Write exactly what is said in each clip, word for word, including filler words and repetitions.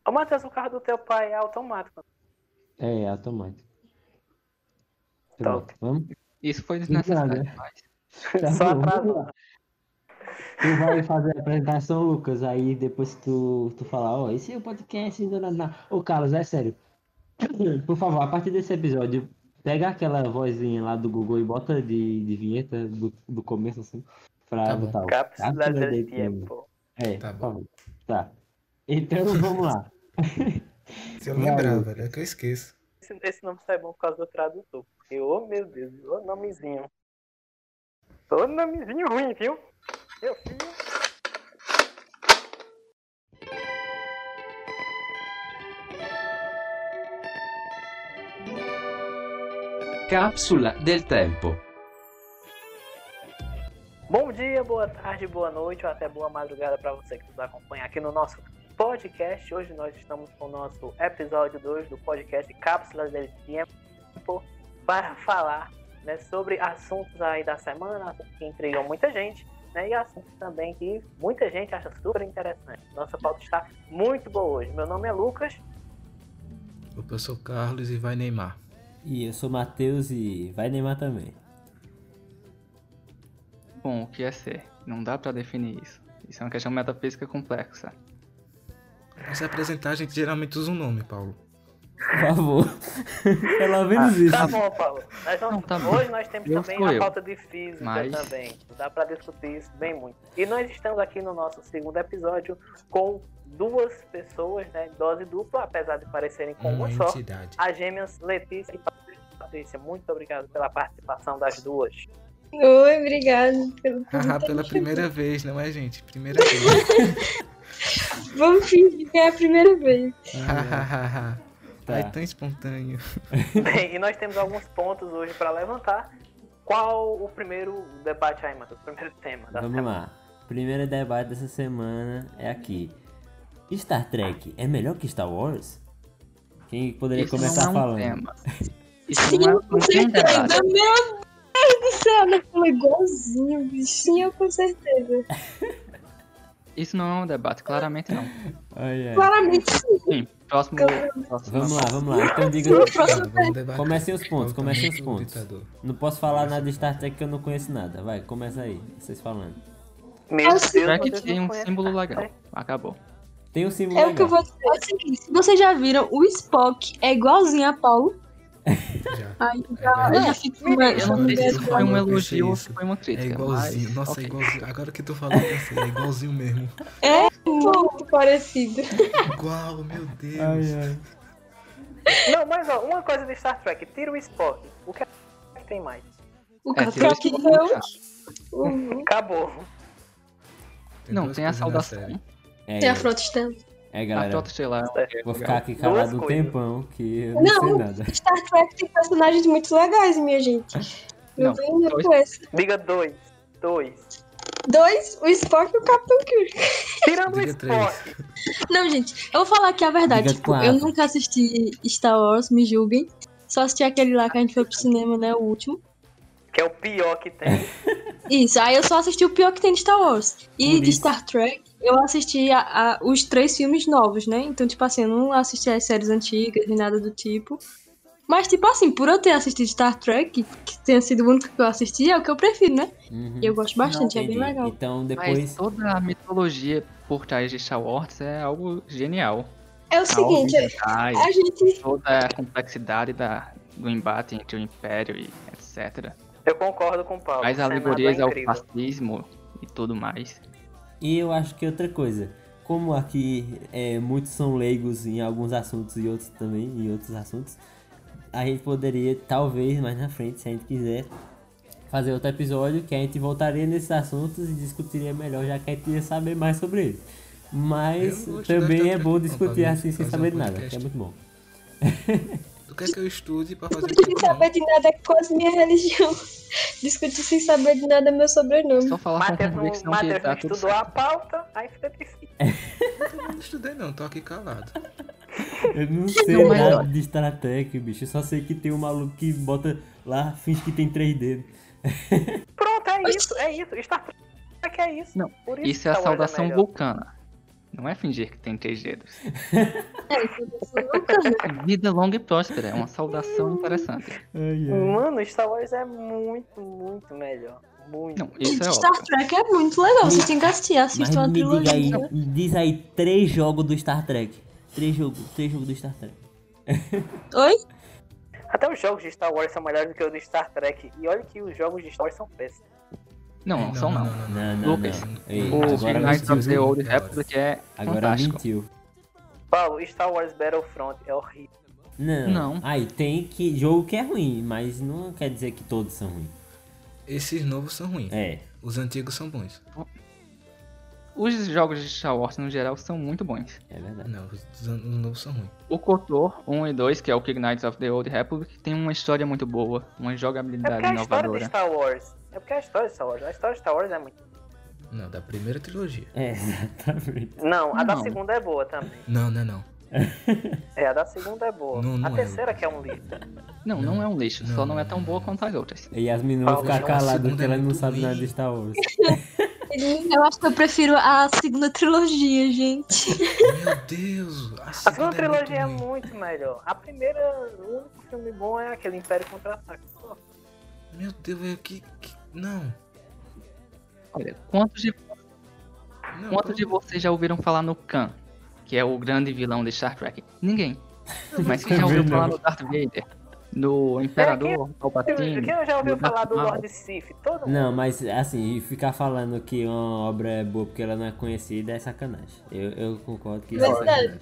Ô, Matheus, o carro do teu pai é automático. É, é automático. Top. Pronto, vamos? Isso foi desnecessário, Nada. mas... Tá Só bom, atrasou. vamos lá. Tu vai fazer a apresentação, Lucas, aí depois tu, tu falar, ó, esse é o podcast, não, não, não. Ô, Carlos, é sério. Por favor, a partir desse episódio, pega aquela vozinha lá do Google e bota de, de vinheta do, do começo, assim, pra Tá bom. botar o Cápsula Cápsula del de Tiempo. Tempo. É, Tá por bom. favor. Tá. Então, vamos lá. Se eu Vai, lembrar, Lucas. velho, é que eu esqueço. Esse, esse nome sai bom por causa do tradutor. Porque, ô meu Deus, ô nomezinho. Ô nomezinho ruim, viu? Meu filho. Capsula del tempo. Bom dia, boa tarde, boa noite ou até boa madrugada para você que nos acompanha aqui no nosso podcast. Hoje nós estamos com o nosso episódio dois do podcast Cápsulas del Tiempo para falar, né, sobre assuntos aí da semana, assuntos que intrigam muita gente, né, e assuntos também que muita gente acha super interessante. Nossa pauta está muito boa hoje. Meu nome é Lucas. Opa, eu sou o Carlos e vai Neymar. E eu sou o Matheus e vai Neymar também. Bom, o que é ser? Não dá pra definir isso. Isso é uma questão metafísica complexa. Pra se apresentar, a gente geralmente usa um nome, Paulo. Por favor. Pelo menos isso. Tá bom, Paulo. Nós vamos- Não, tá bom. Hoje nós temos Eu também sou a eu. pauta de física Mas- também. Dá pra discutir isso bem muito. E nós estamos aqui no nosso segundo episódio com duas pessoas, né? Dose dupla, apesar de parecerem com uma, Uma só. entidade. As gêmeas Letícia e Patrícia. Muito obrigado pela participação das duas. Oi, obrigado pelo Haha, pela convite. primeira vez, não é, gente? Primeira vez. Vamos fingir que é a primeira vez. Hahaha. Tá. Ai, tão espontâneo. Bem, e nós temos alguns pontos hoje para levantar. Qual o primeiro debate aí, Matheus? O primeiro tema da Vamos semana? lá. Primeiro debate dessa semana é aqui. Star Trek é melhor que Star Wars? Quem poderia Isso começar não é um falando? tema. Isso Sim, não é com não tem um certeza. debate. Meu Deus do céu, ela falou igualzinho, bichinho, com certeza. Isso não é um debate, claramente não. Ai, ai. Claramente sim. Sim, próximo... próximo Vamos lá, vamos lá. Então diga. No próximo Vamos debater. Comecem os pontos, Paulo tá comecem os muito pontos. ditador. Não posso falar nada de Star Trek que eu não conheço nada. Vai, começa aí, vocês falando. Meu Deus, Track vocês tem não um conhecem símbolo Star legal. Trek? Acabou. Tem um símbolo É o que eu legal. vou dizer. É o seguinte, se vocês já viram, o Spock é igualzinho a Paulo. Já. Aí É já, eu já verdade. fico com medo. Eu não sei se isso foi um Eu pensei elogio ou isso. se foi uma É crítica. igualzinho. mas... Nossa, ok. é igualzinho. Agora que tu falou, eu pensei, é igualzinho mesmo. Muito parecido. Igual, meu Deus. Ai, ai. Não, mas ó, uma coisa de Star Trek, tira o Spock. O que é que tem mais? O É, tirou Catroque isso. não. Uhum. Acabou. Não, duas tem a coisas na saudação. série. É, Tem a frota estelar. é A galera. Frota Estelar. Vou ficar aqui calado um Duas coisas. tempão que eu não, sei Não, nada. Star Trek tem personagens muito legais, minha gente. Não, Não, vem não dois. com essa. Diga dois. Dois. Dois, o Spock e o Capitão Kirk. Tirando o Diga Spock. Não, gente, eu vou falar aqui a verdade. Diga Tipo, quatro. eu nunca assisti Star Wars, me julguem. Só assisti aquele lá que a gente foi pro cinema, né? O último. Que é o pior que tem. Isso, aí eu só assisti o pior que tem de Star Wars. E Por de isso. Star Trek, eu assisti a- a- os três filmes novos, né? Então, tipo assim, eu não assisti as séries antigas, nem nada do tipo. Mas, tipo assim, por eu ter assistido Star Trek, que tenha sido o único que eu assisti, é o que eu prefiro, né? Uhum. E eu gosto bastante, é bem Entendi. legal. Então Mas depois. toda a mitologia por trás de Star Wars é algo genial. É o A seguinte, ordem Jedi, a gente... toda a complexidade da, do embate entre o Império e etcétera. Eu concordo com o Paulo. Mais o Senado alegorias é ao incrível. fascismo e tudo mais. E eu acho que outra coisa. Como aqui é, muitos são leigos em alguns assuntos e outros também em outros assuntos, a gente poderia, talvez mais na frente, se a gente quiser, fazer outro episódio que a gente voltaria nesses assuntos e discutiria melhor, já que a gente ia saber mais sobre eles. Mas Eu vou estudar também Star é Trek, bom não, discutir pra assim sem fazer saber um de nada, podcast. que é muito bom. Tu quer que eu estude pra fazer Discutir sem um saber de nada é quase minha religião. Discutir sem saber de nada é meu sobrenome. Só falar com Matheus não, convicção que Matheus tá não tudo estudou certo. a pauta, aí fica difícil. Eu não estudei não, tô aqui calado. Eu não sei Não, mas nada olha. de Star Trek, bicho. Eu só sei que tem um maluco que bota lá, finge que tem três dedos. Pronto, é isso, é isso. Star Trek é isso. Não, Por Isso é a Star Wars saudação melhor. vulcana. Não é fingir que tem três dedos. É, isso nunca. Vida longa e próspera. É uma saudação interessante. Ai, ai. Mano, Star Wars é muito, muito melhor. Muito. Não, isso é Star óbvio. Trek é muito legal, vocês têm que assistir, Mas assistam a me diga aí, trilogia. diz aí três jogos do Star Trek. Três jogos, três jogos do Star Trek. Oi? Até os jogos de Star Wars são melhores do que os de Star Trek. E olha que os jogos de Star Wars são péssimos. Não, não são não. Não, não, Lucas, não. Ei, O agora Knights of the mentiu. Old Republic é Agora fantástico. mentiu. Paulo, Star Wars Battlefront é horrível. Não. Não. Aí tem que jogo que é ruim, mas não quer dizer que todos são ruins. Esses novos são ruins. É. Os antigos são bons. Os jogos de Star Wars, no geral, são muito bons. É verdade. Não, os, os novos são ruins. O KOTOR um e dois, que é o Knights of the Old Republic, tem uma história muito boa, uma É jogabilidade porque a história de inovadora. Star Wars. É porque a história de Star Wars. A história de Star Wars é muito. Não, da primeira trilogia. É, exatamente. Não, a da Não. segunda é boa também. Não, não é não. É, a da segunda é boa. Não, não a é. terceira que é um livro. Não, não é um lixo, só Não, não é tão boa quanto as outras. E as meninas vão Paulo, ficar não, a caladas segunda porque é elas não muito sabem nada ruim. de Star Wars. Eu acho que eu prefiro a segunda trilogia, gente. Meu Deus! A A segunda segunda é trilogia é muito ruim. muito melhor. A primeira, o único filme bom é aquele Império Contra-Ataque. Pô, Meu Deus, é que, que... Não. Olha, quantos de, Não, quantos de vocês já ouviram falar no Khan, que é o grande vilão de Star Trek? Ninguém. Mas quem já ouviu Também falar não. no Darth Vader? No Imperador, Palpatine? Quem já ouviu no falar Darth do Maul? Lord Sith? Todo mundo. Não, mas assim, ficar falando que uma obra é boa porque ela não é conhecida é sacanagem. Eu, eu concordo que isso é Verdade. sacanagem.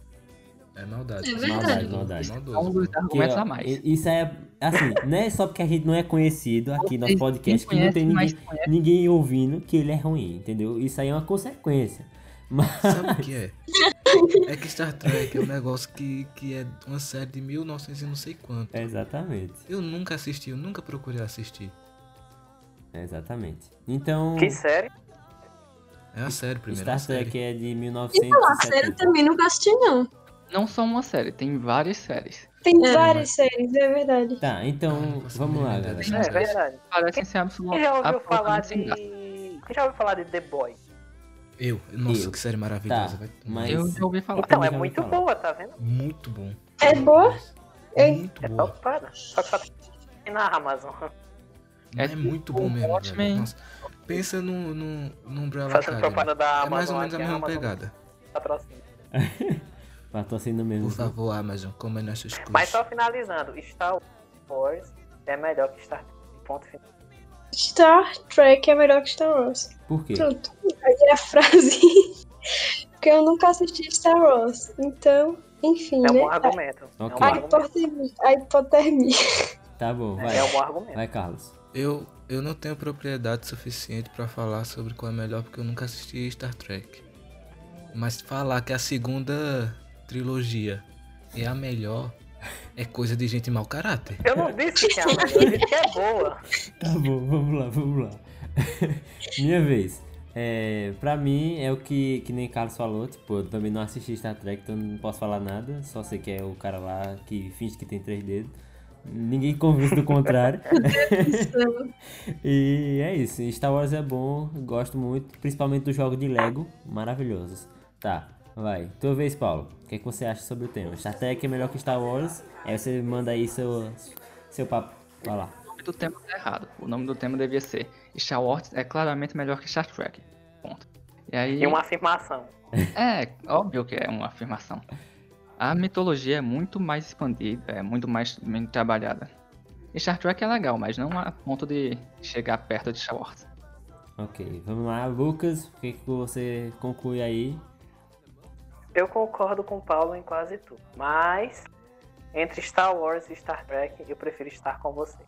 É maldade. É verdade. Maldade, maldade. É um Maldoso. dos Que, argumentos ó, a mais. i- Isso é, assim, não é só porque a gente não é conhecido aqui no Vocês podcast, que nem não tem conhecem, mas ninguém, conhecem. ninguém ouvindo que ele é ruim, entendeu? Isso aí é uma consequência. Mas, Sabe o que é? É que Star Trek é um negócio que, que é uma série de mil e novecentos e não sei quanto. exatamente, Eu nunca assisti, eu nunca procurei assistir. exatamente. Então, Que série? É a série, primeiro. Star a série. Trek é de E a série eu mil novecentos e setenta. também nunca assisti, não. Não só uma série, tem várias séries. Tem É, várias séries, é verdade. Tá, Ah, não então, faço vamos a lá, mínima galera. ideia. É verdade. Parecem ser Quem absolutamente já ouviu falar de. sem graça. Quem já ouviu falar de The Boys? Eu. Nossa, Eu. que série maravilhosa. Tá, vai tomar. mas- Eu já ouvi falar. Então, é já ouvi muito falar. boa, tá vendo? Muito bom. É boa? É- Muito É boa. topada. Só que só tem na Amazon. É, É muito tipo bom mesmo, Watchmen. velho. Nossa, pensa no, no, no Umbrella Fazendo Academy. propaganda da É Amazon. mais ou menos a aqui, mesma Amazon pegada. patrocina. Patrocina mesmo. Por favor, Amazon, como é nossas coisas. Mas só finalizando, Star Wars é melhor que Star Trek. Ponto final. Star Trek é melhor que Star Wars. Por quê? Pronto. Aí é a frase. Porque eu nunca assisti Star Wars. Então, enfim, É um né? bom argumento. É um Ok. bom A argumento. hipotermia. A hipotermia. Tá bom, vai. É um bom argumento. Vai, Carlos. Eu, eu não tenho propriedade suficiente pra falar sobre qual é melhor porque eu nunca assisti Star Trek. Mas falar que a segunda trilogia é a melhor é coisa de gente mau caráter. Eu não disse que é a melhor, eu disse que é boa. Tá bom, vamos lá, vamos lá. Minha vez. É, pra mim, é o que, que nem Carlos falou. Tipo, eu também não assisti Star Trek, então não posso falar nada. Só sei que é o cara lá que finge que tem três dedos. Ninguém convence do contrário. E é isso. Star Wars é bom, gosto muito. Principalmente dos jogos de Lego, maravilhosos. Tá, vai. Tua vez, Paulo. O que, é que você acha sobre o tema? Star Trek é melhor que Star Wars? Aí você manda aí seu, seu papo. Vai lá. O nome do tema tá errado. O nome do tema devia ser Star Wars é claramente melhor que Star Trek. Ponto. E aí. E uma afirmação. É, óbvio que é uma afirmação. A mitologia é muito mais expandida, é muito mais bem trabalhada. E Star Trek é legal, mas não a ponto de chegar perto de Star Wars. Ok, vamos lá, Lucas. O que, que você conclui aí? Eu concordo com o Paulo em quase tudo. Mas, entre Star Wars e Star Trek, eu prefiro estar com você.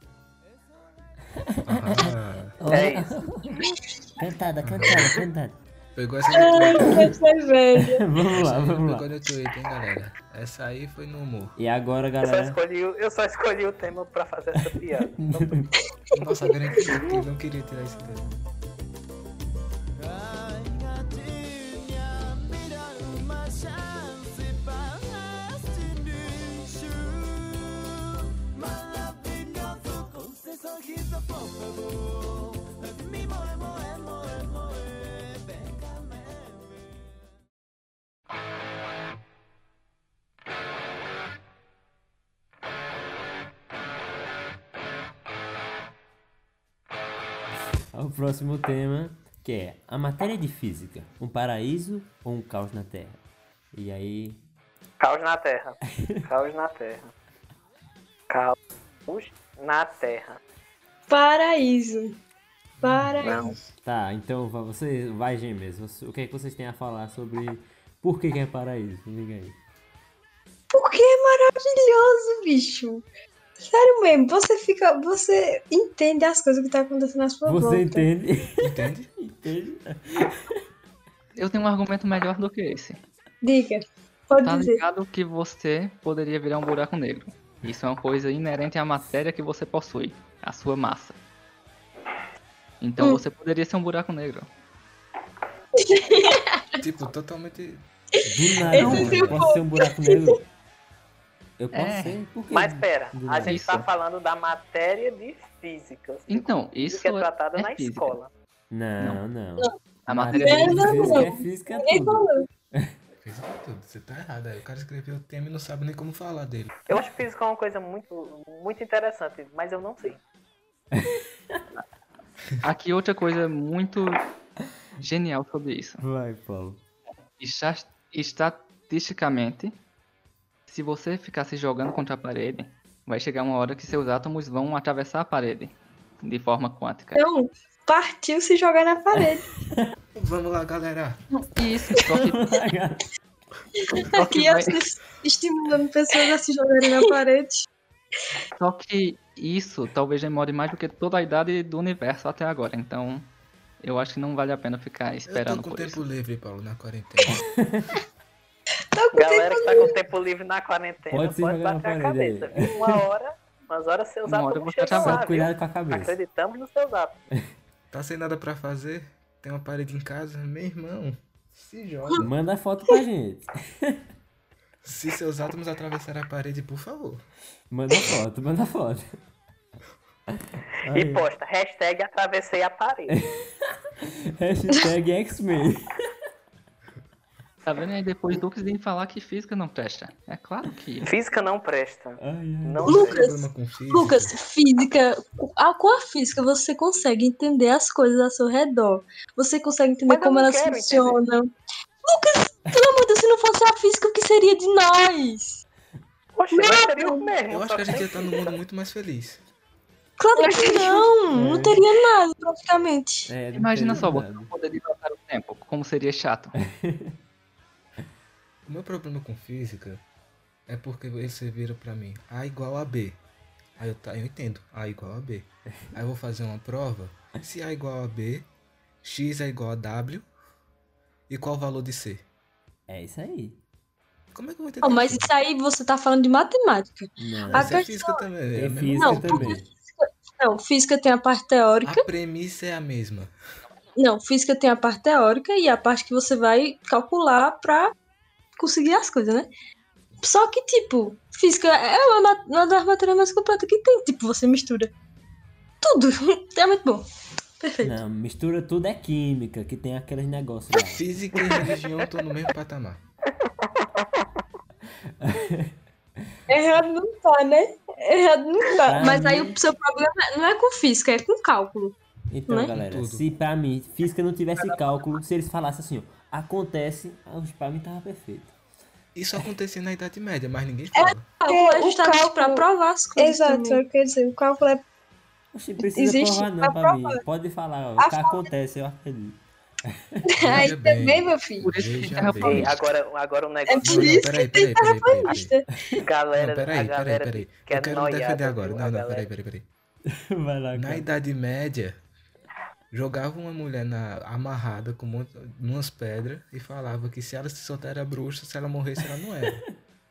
Ah, É isso. Cantada, cantada, cantada. pegou essa no Twitter. Ai, que é velha. Vamos lá, vamos lá. Pegou no Twitter, hein, galera. Essa aí foi no humor. E agora, Eu só, galera. escolhi, o- eu só escolhi o tema pra fazer essa piada. Nossa, agora eu entendi que eu não queria tirar esse tema. ao próximo tema, que é a matéria de física, um paraíso ou um caos na Terra? E aí... Caos na Terra. Caos na Terra. Caos na Terra. Paraíso. Paraíso. Tá, então vai- você vai, Gêmeas. Você- O que é que vocês têm a falar sobre por que, que é paraíso? Liga aí. Porque é maravilhoso, bicho. Sério mesmo, você fica. Você entende as coisas que tá acontecendo na sua volta. Você entende? Entende? Entende? Eu tenho um argumento melhor do que esse. Diga. Pode Tá dizer. ligado que você poderia virar um buraco negro. Isso é uma coisa inerente à matéria que você possui, a sua massa. Então Hum. você poderia ser um buraco negro. Tipo, totalmente. Do nada, Esse mano. é o Posso ser um buraco negro? Eu posso É. ser? Por quê? Mas pera, Do a nada. gente Isso. tá falando da matéria de física. Então, Isso isso que é tratada é na física. escola. Não, não. A Matéria matéria de Não, não, física não. é física Ninguém tudo. falou. Física é tudo. Você tá errado. Aí o cara escreveu o tema e não sabe nem como falar dele. Eu acho física uma coisa muito, muito interessante, mas eu não sei. Aqui outra coisa muito genial sobre isso. Vai, Paulo. Esta- Estatisticamente, se você ficar se jogando contra a parede, vai chegar uma hora que seus átomos vão atravessar a parede de forma quântica. Então, partiu se jogar na parede. Vamos lá, galera. Isso, só que, só que, vai- Crianças estimulando pessoas a se jogarem na parede. só que isso talvez demore mais do que toda a idade do universo até agora. Então, eu acho que não vale a pena ficar Eu esperando tô com por tempo isso. livre, Paulo, na quarentena. Tô com Galera que tá com tempo livre na quarentena, Pode pode, se jogar na bater a parede cabeça. aí. viu? Uma hora, umas horas seus Uma hora átomos você chegam acaba. lá, Só viu? cuidado com a cabeça. Acreditamos nos seus átomos. Tá sem nada pra fazer? Tem uma parede em casa? Meu irmão, se joga. Manda foto pra gente. Se seus átomos atravessarem a parede, por favor. Manda foto, manda foto. E Aí, posta, hashtag atravessei a parede. hashtag X-Men. Tá vendo aí depois Dux vem falar que física não presta? É claro que. Física não presta. Ai, ai. Não Tem Lucas, problema com física? Lucas, física. Ah, com a física você consegue entender as coisas ao seu redor. Você consegue entender Mas eu como não elas quero funcionam. Lucas, pelo amor de Deus, se não fosse a física, o que seria de nós? Poxa, nós seria o mesmo. Eu acho só que a gente sem ia estar num mundo muito mais feliz. Claro que não, não É. teria nada, praticamente. É, não Imagina tem só, nada. você não poder dilatar o tempo, como seria chato. O meu problema com física é porque você vira pra mim A igual a B. Aí eu, tá, eu entendo, A igual a B. Aí eu vou fazer uma prova. Se A igual a B, X é igual a W. E qual o valor de C? É isso aí. Como é que eu vou entender Oh, mas isso? isso aí você tá falando de matemática. Não, A Mas é questão- física também. É tem a mesma física Não, coisa. também. Não, física tem a parte teórica. A premissa é a mesma. Não, física tem a parte teórica e a parte que você vai calcular pra conseguir as coisas, né? Só que, tipo, física é uma, ma- uma das matérias mais completas que tem. Tipo, você mistura tudo. É muito bom. Perfeito. Não, mistura tudo é química, que tem aqueles negócios lá. Física e religião estão no mesmo patamar. Errado não tá, né? Errado não tá. Pra Mas aí mim- o seu problema não é com física, é com cálculo. Então, Né? galera, Tudo. se pra mim física não tivesse cálculo, se eles falassem assim, ó, acontece, ah, pra mim tava perfeito. Isso acontecia na Idade Média, mas ninguém fala. Cálculo é o justamente cálculo- pra provar as coisas. Exato, também. eu quero dizer, o cálculo é. Oxe, não precisa Existe provar não pra pra mim. provar. Pode falar, ó, A o que acontece, eu acredito. Aí Veja bem. também, meu filho. Por isso que tem Veja terra bem. Ei, plana. agora, agora um É negócio. por Não, isso peraí, que tem peraí, peraí, peraí, peraí. terraplanista. Galera, Não, peraí, a peraí, galera peraí. que é Eu quero me defender noiada, agora. viu? Não, A não, galera- peraí, peraí, peraí. Vai lá, Na cara. Idade Média, jogava uma mulher na, amarrada com um monte, umas pedras e falava que se ela se soltar era bruxa, se ela morresse ela não era.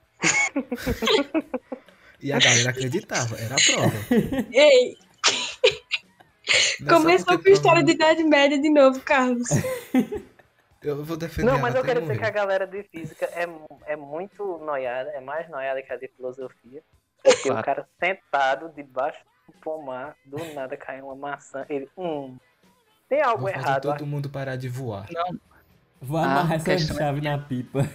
E a galera acreditava, era a prova. Ei, Não é só começou porque com história prova- de Idade Média de novo, Carlos. Eu vou defender Não, ela mas eu até quero dizer que a morrer. galera de física é, é muito noiada, é mais noiada que a de filosofia. Porque Claro. o cara sentado debaixo do pomar, do nada cai uma maçã. Ele, hum, tem algo Vou fazer errado todo aqui. mundo parar de voar. Vou Ah, amarrar essa questão é chave na pipa.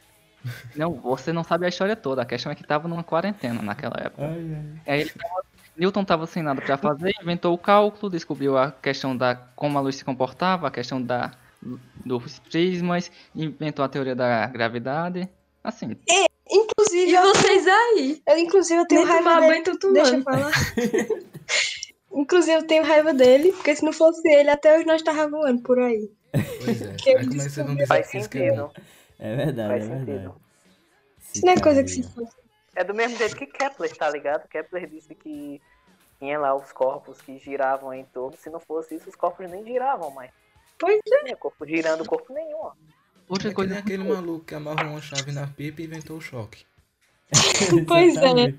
Não, você não sabe a história toda. A questão é que tava numa quarentena naquela época. Ai, ai. Aí ele tava Newton estava sem nada para fazer, inventou o cálculo, descobriu a questão da como a luz se comportava, a questão da dos prismas, inventou a teoria da gravidade. Assim, Inclusive, E eu, vocês aí? eu- inclusive, eu tenho Nem raiva tomar dele. banho, tô tomando. Deixa eu falar. Inclusive, eu tenho raiva dele, porque se não fosse ele, até hoje nós tava voando por aí. Pois é. Que Aí ele como é que vocês vão dizer Faz que isso que é bom? sentido. É verdade, Faz é verdade. sentido. Esse Isso não é cara coisa aí, que se ó. faz. É do mesmo jeito que Kepler, tá ligado? Kepler disse que tinha lá os corpos que giravam em torno. Se não fosse isso, os corpos nem giravam mais. Pois Não tinha corpo girando, corpo nenhum, ó. outra É que coisa nem aquele maluco que amarrou uma chave na pipa e inventou o choque. Pois é. Exatamente.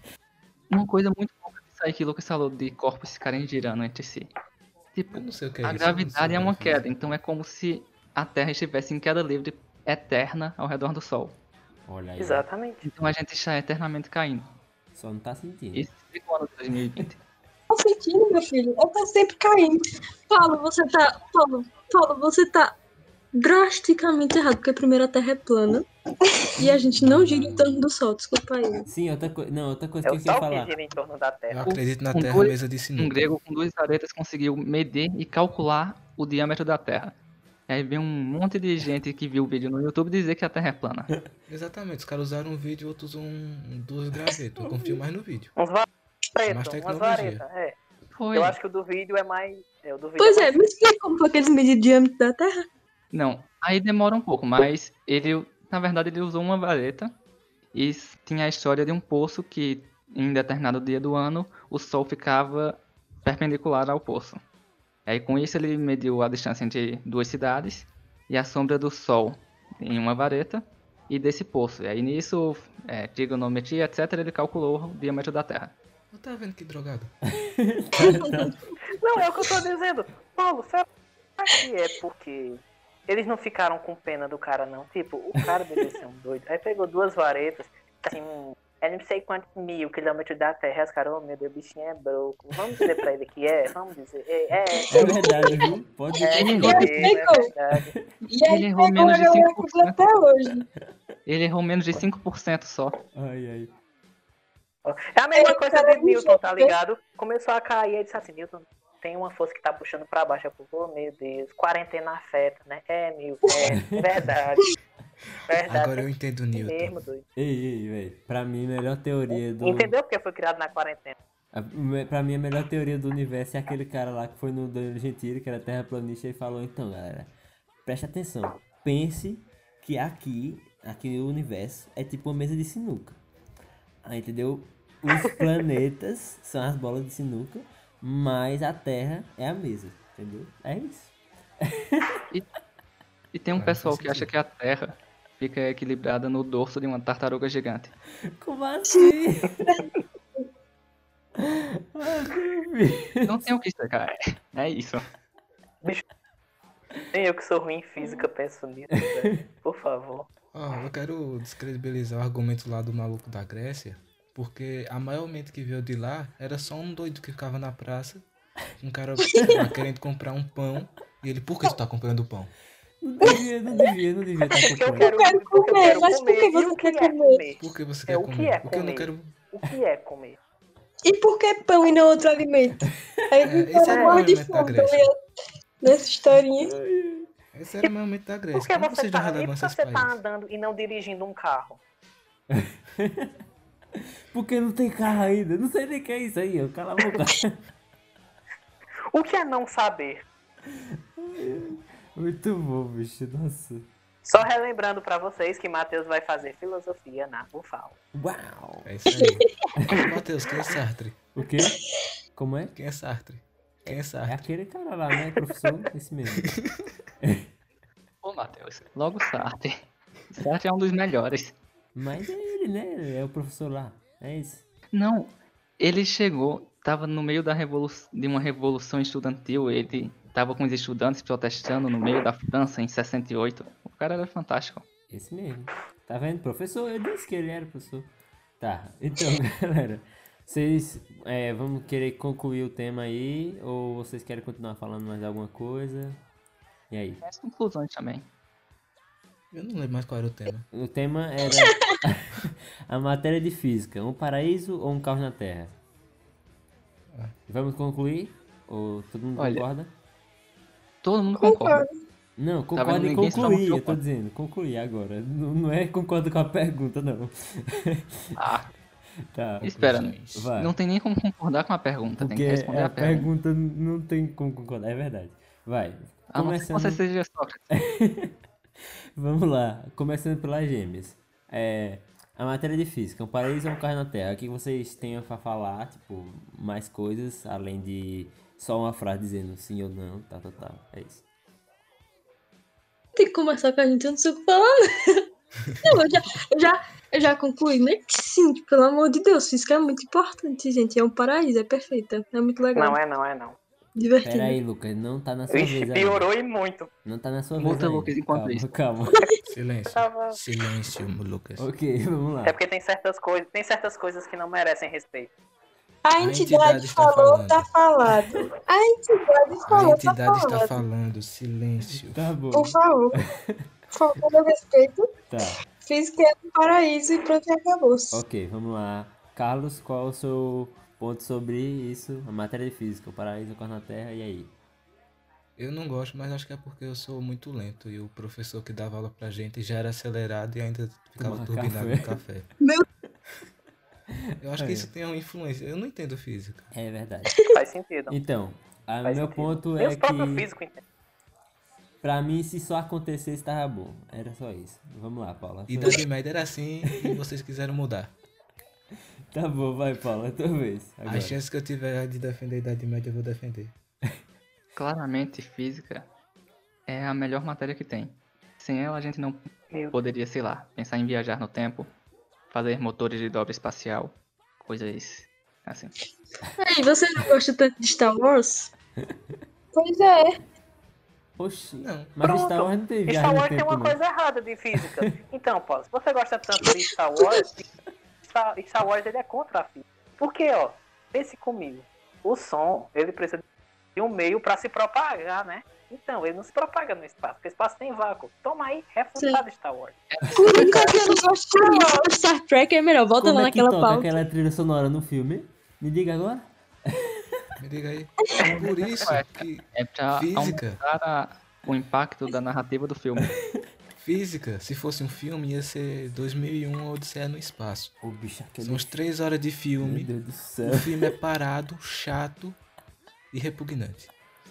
Uma coisa muito pouca disso aí que o Lucas falou de corpos ficarem girando entre si. Tipo, Eu não sei o que é a isso. eu não gravidade sou é uma da física. queda, então é como se a Terra estivesse em queda livre eterna ao redor do Sol. Olha aí. Exatamente. Então a gente está eternamente caindo. Só não tá sentindo. Isso explica o ano de dois mil e vinte. Tá sentindo, meu filho? Eu tô sempre caindo. Paulo, você tá. Paulo, Paulo, você tá drasticamente errado, porque primeiro a Terra é plana e a gente não gira em torno do Sol, desculpa aí. Sim, outra coisa. Não, outra coisa É que o eu queria Sol que falar. gira em torno da Eu Terra. acredito na Com Terra dois- mesa de Um sinuca. grego com duas varetas conseguiu medir e calcular o diâmetro da Terra. Aí vem um monte de gente que viu o vídeo no YouTube dizer que a Terra é plana. Exatamente, os caras usaram um vídeo e outros usam um, duas gravetos. Eu confio mais no vídeo. Uns Mais varetas, umas tecnologia. varetas, é. Foi. Eu acho que o do vídeo é mais. É, o do vídeo Pois é é, mais... me explica como foi que eles mediram o diâmetro da Terra. Não, aí demora um pouco, mas ele, na verdade, ele usou uma vareta e s- tinha a história de um poço que, em determinado dia do ano, o Sol ficava perpendicular ao poço. Aí com isso ele mediu a distância entre duas cidades e a sombra do Sol em uma vareta e desse poço. E aí nisso, é, trigonometria, etcétera, ele calculou o diâmetro da Terra. Eu tava vendo que drogado. Não, é o que eu tô dizendo. Paulo, será que é porque eles não ficaram com pena do cara, não? Tipo, o cara deve ser um doido. Aí pegou duas varetas, assim, é não sei quantos mil quilômetros da Terra. Aí os caras, oh meu Deus, o bichinho é broco. Vamos dizer pra ele que é? Vamos dizer. É, é, É verdade, viu? Pode é, Ele é, errou. é verdade. E aí, Ele errou pegou menos a de galera cinco que por viu cento. até hoje. Ele errou menos de cinco por cento só. Ai, ai. É a mesma É, coisa cara, de Newton, tá né? ligado? Começou a cair, aí disse assim, Newton, tem uma força que tá puxando pra baixo. Eu falei, oh meu Deus, quarentena afeta, né? É, Newton, é verdade. Verdade. Agora eu entendo o é Newton. mesmo, doido. Ei, ei, velho. Pra mim, a melhor teoria do. Entendeu porque foi criado na quarentena? A, me- pra mim, a melhor teoria do universo é aquele cara lá que foi no Danilo Gentili, que era terraplanista, e falou: então, galera, preste atenção. Pense que aqui, aqui no universo, é tipo uma mesa de sinuca. Aí, entendeu? Os planetas são as bolas de sinuca, mas a Terra é a mesa, entendeu? É isso. E tem um Ah, pessoal faz que acha sentido. que a Terra fica equilibrada no dorso de uma tartaruga gigante. Como assim? Ai, Deus. Não tem o que explicar. É, é isso. Nem eu que sou ruim em física penso nisso, velho. Por favor. Ó, eu quero descredibilizar o argumento lá do maluco da Grécia, porque a maior mente que veio de lá era só um doido que ficava na praça, um cara lá querendo comprar um pão, e ele, por que tu tá comprando pão? Não devia, não devia, não devia estar Porque eu comprando. quero, quero porque eu comer, quero mas por que comer. E você o que quer é comer? comer? Por que você É, quer o que comer? é Porque eu não comer? quero... O que é comer? E por que pão e não outro alimento? Aí É, ele esse fala era o morre de argumento da fome Grécia. também, nessa historinha. Esse era o maior mente da Grécia. Por que Como você vocês dão tá, e por que relevância a esse você tá país? andando e não dirigindo um carro? Porque não tem carro ainda. Não sei nem o que é isso aí, ó. Cala a boca. O que é não saber? Muito bom, bicho. Nossa. Só relembrando pra vocês que Matheus vai fazer filosofia na U F A L. Uau. É isso aí. Matheus, quem é Sartre? O quê? Como é? Quem é Sartre? Quem é É Sartre? aquele cara lá, né, professor? Esse mesmo. Ô, Matheus, logo Sartre. Sartre é um dos melhores. Mas é ele, né? É o professor lá. É isso. Não, ele chegou, tava no meio da revolu de uma revolução estudantil, ele tava com os estudantes protestando no meio da França em sessenta e oito. O cara era fantástico. Esse mesmo. Tá vendo? Professor, eu disse que ele era professor. Tá, então, galera. Vocês é, vamos querer concluir o tema aí? Ou vocês querem continuar falando mais alguma coisa? E aí? Tem as conclusões também. Eu não lembro mais qual era o tema. O tema era a matéria de física. Um paraíso ou um caos na Terra? Vamos concluir? Ou todo mundo Olha, concorda? Todo mundo concorda. Não, Tá vendo? concorda em Ninguém se concluir, pronunciou eu tô contra. dizendo, concluir agora. Não, não é concorda com a pergunta, não. Ah, Tá, espera, Conclusões. vai. não tem nem como concordar com a pergunta, tem que Porque responder a a pergunta. pergunta não tem como concordar, é verdade. Vai, A não ser que você começando... seja Sócrates. Vamos lá, começando pelas gêmeas. É, a matéria de física, um paraíso ou um carro na Terra? O que vocês tenham pra falar, tipo, mais coisas, além de só uma frase dizendo sim ou não, tá, tá, tá. É isso. Tem que começar com a gente, eu não sei o que falar. Não, eu já, eu já, eu já concluí, né? Que sim, que, pelo amor de Deus, física é muito importante, gente. É um paraíso, é perfeita. É muito legal. Não é, não é, não. Divertido. Pera aí, Lucas, não tá na sua Ixi, vez piorou ainda. e muito. Não tá na sua Muta, vez Lucas, ainda. enquanto Calma, isso. calma. Silêncio. Tava- Silêncio, Lucas. Ok, vamos lá. É porque tem certas coisas, tem certas coisas que não merecem respeito. A A entidade, entidade está falou, falando. tá falado. A entidade A falou, tá entidade está falado. falando. Silêncio. Tá bom. Por favor. Falta de respeito. Tá, Física é um paraíso e pronto, e acabou. ok, vamos lá. Carlos, qual é o seu ponto sobre isso? A matéria de física, o paraíso, o carro na Terra, e aí? Eu não gosto, mas acho que é porque eu sou muito lento. E o professor que dava aula pra gente já era acelerado e ainda ficava Tomava turbinado café. no café. Meu- Eu acho que É. isso tem uma influência. Eu não entendo física. É verdade. Faz sentido. Então, a- Faz meu sentido. ponto Nem é os próprios que, físicos entendem. pra mim, se só acontecesse, tava bom. Era só isso. Vamos lá, Paula. Sua- Idade média era assim e vocês quiseram mudar. Tá bom, vai, Paula, tua vez. Agora. As chances que eu tiver de defender a idade média, eu vou defender. Claramente, física é a melhor matéria que tem. Sem ela, a gente não Meu poderia, sei lá, pensar em viajar no tempo, fazer motores de dobra espacial, coisas assim. Ei, você não gosta tanto de Star Wars? Pois é. Oxi. Não. Mas Pronto. Star Wars não tem E viagem Star no Wars tem tempo, uma não. coisa errada de física. Então, Paulo, se você gosta tanto de Star Wars, Star, Star Wars ele é contra a física. Porque, ó, pense comigo. O som, ele precisa de um meio pra se propagar, né? Então, ele não se propaga no espaço, porque o espaço tem vácuo. Toma aí, refutado Star Wars. Por isso que eu não gosto de Star Wars. Star Trek é melhor. Volta Como lá é que naquela toca pauta. aquela trilha sonora no filme? Me diga agora. Me diga aí. É por isso que É pra Física. aumentar a- o impacto da narrativa do filme. física, se fosse um filme, ia ser dois mil e um Odisseia no Espaço. Ô, bicho, aquele... São as três horas de Meu filme. Deus do céu. O filme é parado, chato e repugnante.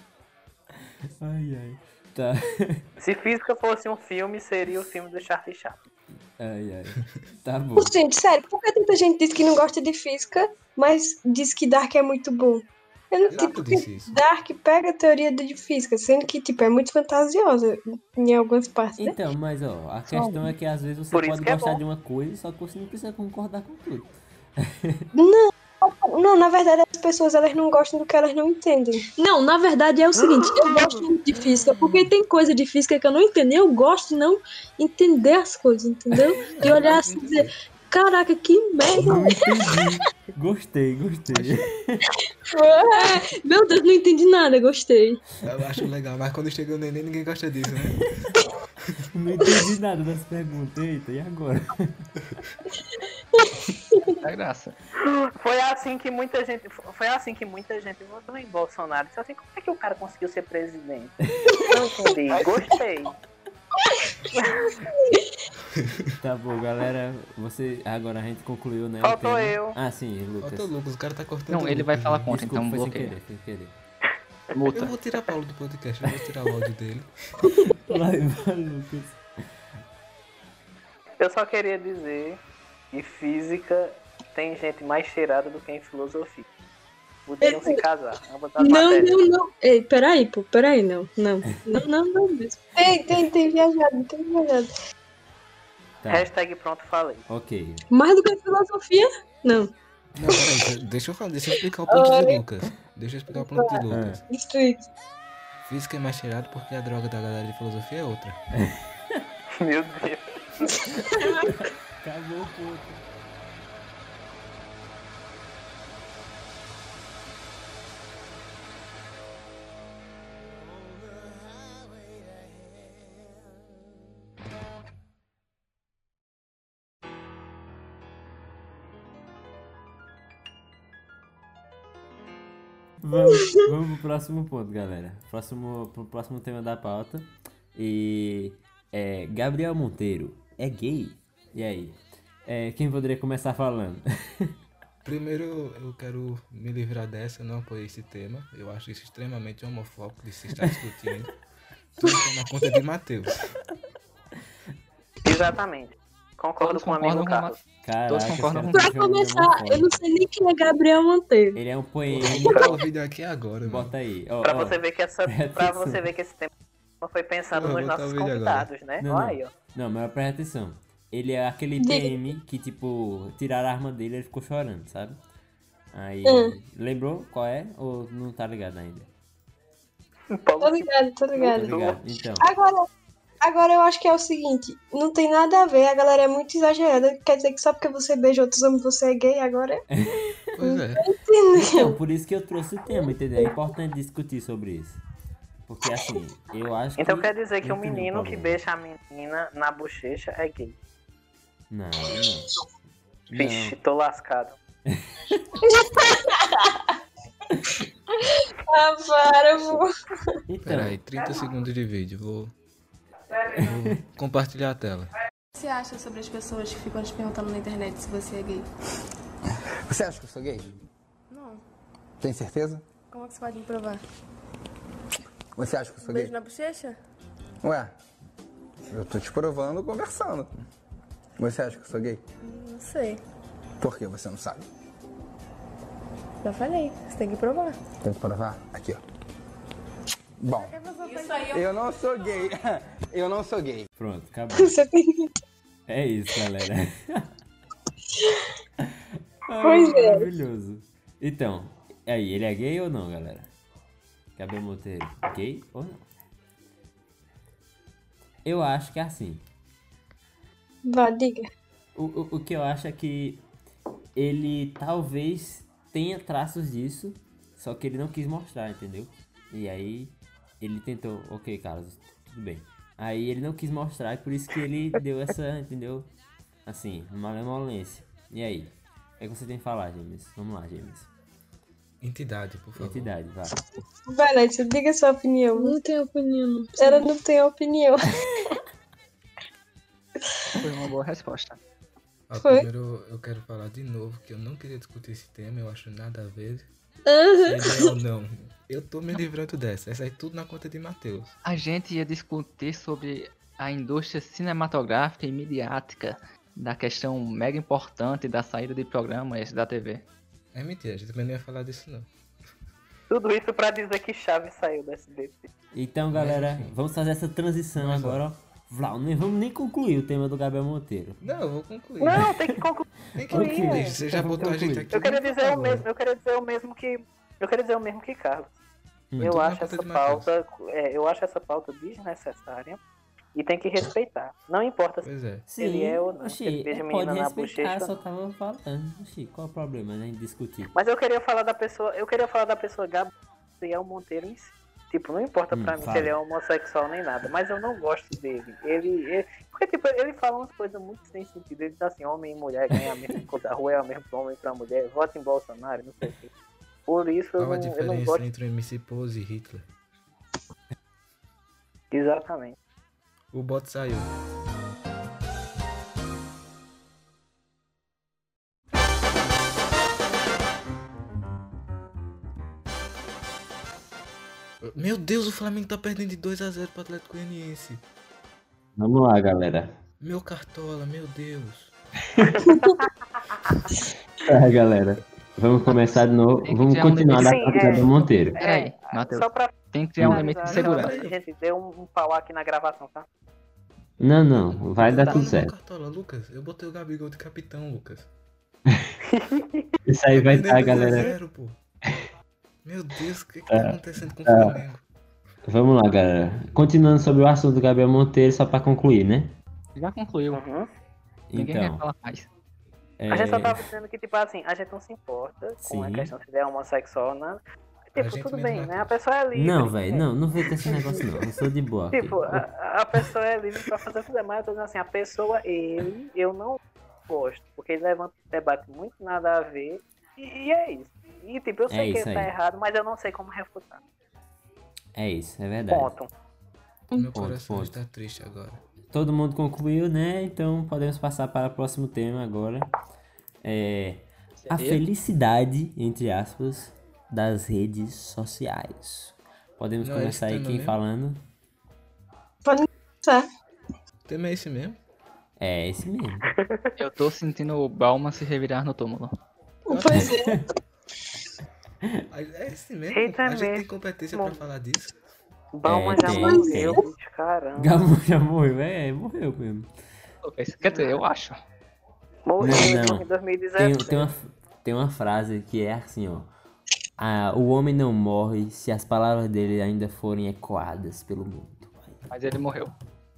Ai, ai. Tá. Se física fosse um filme, seria o filme do Charlie Chaplin. Ai, ai. Tá bom. Ô, gente, sério, por que tanta gente diz que não gosta de física, mas diz que Dark é muito bom? Eu não, Eu tipo, nunca disse isso. Dark pega a teoria de física, sendo que, tipo, é muito fantasiosa em algumas partes, né? Então, mas ó, a questão é que às vezes você Por isso pode que é gostar bom. de uma coisa, só que você não precisa concordar com tudo. Não, na verdade, as pessoas, elas não gostam do que elas não entendem. Não, na verdade é o seguinte, eu gosto muito de física, porque tem coisa de física que eu não entendo. E eu gosto de não entender as coisas, entendeu? E olhar assim e dizer, caraca, que merda. Não entendi. Gostei, gostei. Meu Deus, não entendi nada, gostei. Eu acho legal, mas quando chega o neném, ninguém gosta disso, né? Não entendi nada das perguntas. Eita, e agora? É graça. Foi assim que muita gente, foi assim que muita gente votou em Bolsonaro. Disse assim, como é que o cara conseguiu ser presidente? Não entendi, gostei. Tá bom, galera. Você. Agora a gente concluiu, né? o Faltou tema. eu. Ah, sim, Lucas. Falta o Lucas, o cara tá cortando Não, o ele vai Lucas, falar né? contra, Desculpa, então foi sem bloqueia. querer, foi sem querer. Eu Multa. vou tirar Paulo do podcast, eu vou tirar o áudio dele. Vai, vai, Lucas. Eu só queria dizer que física tem gente mais cheirada do que em filosofia. Podiam se casar. Ambas as Não, matérias. não, não. Ei, peraí, pô, peraí, não. Não, não, não, não mesmo. Tem, tem, tem viajado, tem viajado. Tá, Hashtag pronto, falei. ok. Mais do que filosofia? Não. Não, peraí, deixa eu falar, deixa eu explicar o ponto de Lucas. Deixa eu explicar o ponto de Lucas. Destruído. Física é mais cheirado porque a droga da galera de filosofia é outra. Meu Deus. Acabou o ponto. Vamos, vamos pro próximo ponto, galera. Próximo, pro próximo tema da pauta. E é, Gabriel Monteiro é gay? E aí? É, quem poderia começar falando? Primeiro, eu quero me livrar dessa, eu não apoio esse tema. Eu acho isso extremamente homofóbico de se estar discutindo. Tudo tá na conta de Matheus. Exatamente. Concordo Todos com o amigo concordam com a- Carlos. Caraca, Todos esse concordam cara com- tá Pra chamando de começar, eu homofóbico. não sei nem quem é Gabriel Monteiro. Ele é um Vou poema. botar o vídeo aqui agora, mano. Bota aí. Ó, Pra ó. você ver que essa, presta pra atenção. você ver que esse tema foi pensado Eu vou nos botar o nossos vídeo convidados, né? Não, Olha não. aí, ó. Não, mas presta atenção. Ele é aquele Diga. P M que, tipo, tiraram a arma dele e ele ficou chorando, sabe? Aí, Hum. lembrou qual é? Ou não tá ligado ainda? Tô ligado, tô Tá ligado. ligado? Então, Agora, agora eu acho que é o seguinte, não tem nada a ver, a galera é muito exagerada. Quer dizer que só porque você beija outros homens você é gay agora? Pois é. então, por isso que eu trouxe o tema, entendeu? É importante discutir sobre isso. Porque, assim, eu acho que... Então quer dizer que não um tem nenhum menino que problema. beija a menina na bochecha é gay. Não, não. Vixe, Não. tô lascado. Ah, para, vô. Então, Pera aí, trinta segundos de vídeo. Vou, vou compartilhar a tela. O que você acha sobre as pessoas que ficam te perguntando na internet se você é gay? Você acha que eu sou gay? Não. Tem certeza? Como é que você pode me provar? Você acha que eu sou Beijo gay? na bochecha? Ué, eu tô te provando conversando. Você acha que eu sou gay? Não sei. Por que você não sabe? Já falei. Você tem que provar. Tem que provar? Aqui, ó. Bom, eu não sou gay. Eu não sou gay. pronto, acabou. Você tem... É isso, galera. Ai, Pois é. maravilhoso. Então, aí, ele é gay ou não, galera? Gabriel Monteiro, gay ou não? Eu acho que é assim. Vá, diga. O, o, o que eu acho é que ele talvez tenha traços disso, só que ele não quis mostrar, entendeu? E aí ele tentou, ok, Carlos, tudo bem. Aí ele não quis mostrar e por isso que ele deu essa, entendeu? Assim, malemolência. E aí? O que, é que você tem que falar, James? Vamos lá, James. Entidade, por favor. Entidade, vai. Vai, Letícia, diga sua opinião. Não tenho opinião, não. Ela não tem opinião. Foi uma boa resposta. Ah, Foi? primeiro eu quero falar de novo que eu não queria discutir esse tema, eu acho nada a ver. Aham. Se ele é ou não. Eu tô me livrando dessa. Essa aí tudo na conta de Matheus. A gente ia discutir sobre a indústria cinematográfica e midiática, da questão mega importante da saída de programas da T V. É mentira, a gente também não ia falar disso não. Tudo isso pra dizer que Chaves saiu do S B T. Então, galera, enfim. vamos fazer essa transição Mas, ó. agora, ó. Vlau, nem vamos nem concluir o tema do Gabriel Monteiro. Não, eu vou concluir. Não, tem que concluir. Tem que Ok. concluir. Você já Então vamos botou a gente concluir. aqui. Eu queria vamos dizer o agora. mesmo, eu queria dizer o mesmo que. Eu queria dizer o mesmo que Carlos. Hum. Eu Tudo na acho conta essa de Matheus. pauta. É, eu acho essa pauta desnecessária e tem que respeitar. Não importa se Pois é. ele é ou não. oxi, Se ele beija é, menina pode na respeitar, bochecha. só tava falando. Oxi, qual é o problema, né, em discutir? Mas eu queria falar da pessoa. Eu queria falar da pessoa Gabriel Monteiro em si. Tipo, não importa Hum, pra mim fala. se ele é homossexual nem nada, mas eu não gosto dele. Ele, ele- porque tipo, ele fala umas coisas muito sem sentido. Ele diz assim, homem e mulher ganham a mesma coisa, a rua é a mesma pra homem e pra mulher, vota em Bolsonaro, não sei o quê. Por isso eu Qual a não, eu não diferença gosto. entre o M C Pose e Hitler? Exatamente. O bot saiu. Meu Deus, o Flamengo tá perdendo de dois a zero pro Atlético Goianiense. Vamos lá, galera. Meu Cartola, meu Deus. Tá, galera. Vamos começar de novo. Tem que Vamos criar um continuar da limite. pauta do Sim, é. Gabriel Monteiro. Peraí, Matheus. Só pra Tem que criar um Hum. limite de finalizar, segurança. a gente deu um, um pau aqui na gravação, tá? Não, não. Vai dar Tá tudo no certo. Cartola, Lucas. Eu botei o Gabigol de capitão, Lucas. Isso aí vai estar, Perdendo dois a galera. zero, pô. Meu Deus, o que, que tá acontecendo com o Flamengo? Vamos lá, galera. Continuando sobre o assunto do Gabriel Monteiro, só pra concluir, né? Já concluiu. Uhum. Ninguém quer Então, falar mais. é... A gente só tava dizendo que, tipo assim, a gente não se importa com a Sim. questão se ele é homossexual ou não. A Tipo, gente tudo mesmo bem, não né? A acredita. pessoa é livre. Não, velho, né? não, não vem com esse negócio não. Eu sou de boa aqui. Tipo, a, a pessoa é livre pra fazer o que quiser, mas eu tô dizendo assim, a pessoa, ele, eu não gosto, porque ele levanta um debate muito nada a ver, e, e é isso. E tipo, eu sei É que isso ele tá aí. errado, mas eu não sei como refutar. É isso, é verdade. Ponto. Meu Ponto, coração ponto. está triste agora. Todo mundo concluiu, né? Então podemos passar para o próximo tema agora. É a Seria? felicidade, entre aspas, das redes sociais. Podemos Não é esse começar aí tema quem mesmo? falando? Pode começar. O tema é esse mesmo? É esse mesmo. Eu tô sentindo o Balma se revirar no túmulo. Pois é. É esse mesmo? Eita, A gente tem mesmo. competência pra falar disso? Balma É, já tem, morreu, tem. bicho, caramba. Gabo já morreu, é, morreu mesmo. Quer dizer, eu acho. Morreu Não, ele não. morreu em dois mil e Tem, dezessete. tem, uma, tem uma frase que é assim, ó. Ah, o homem não morre se as palavras dele ainda forem ecoadas pelo mundo. Mas ele morreu.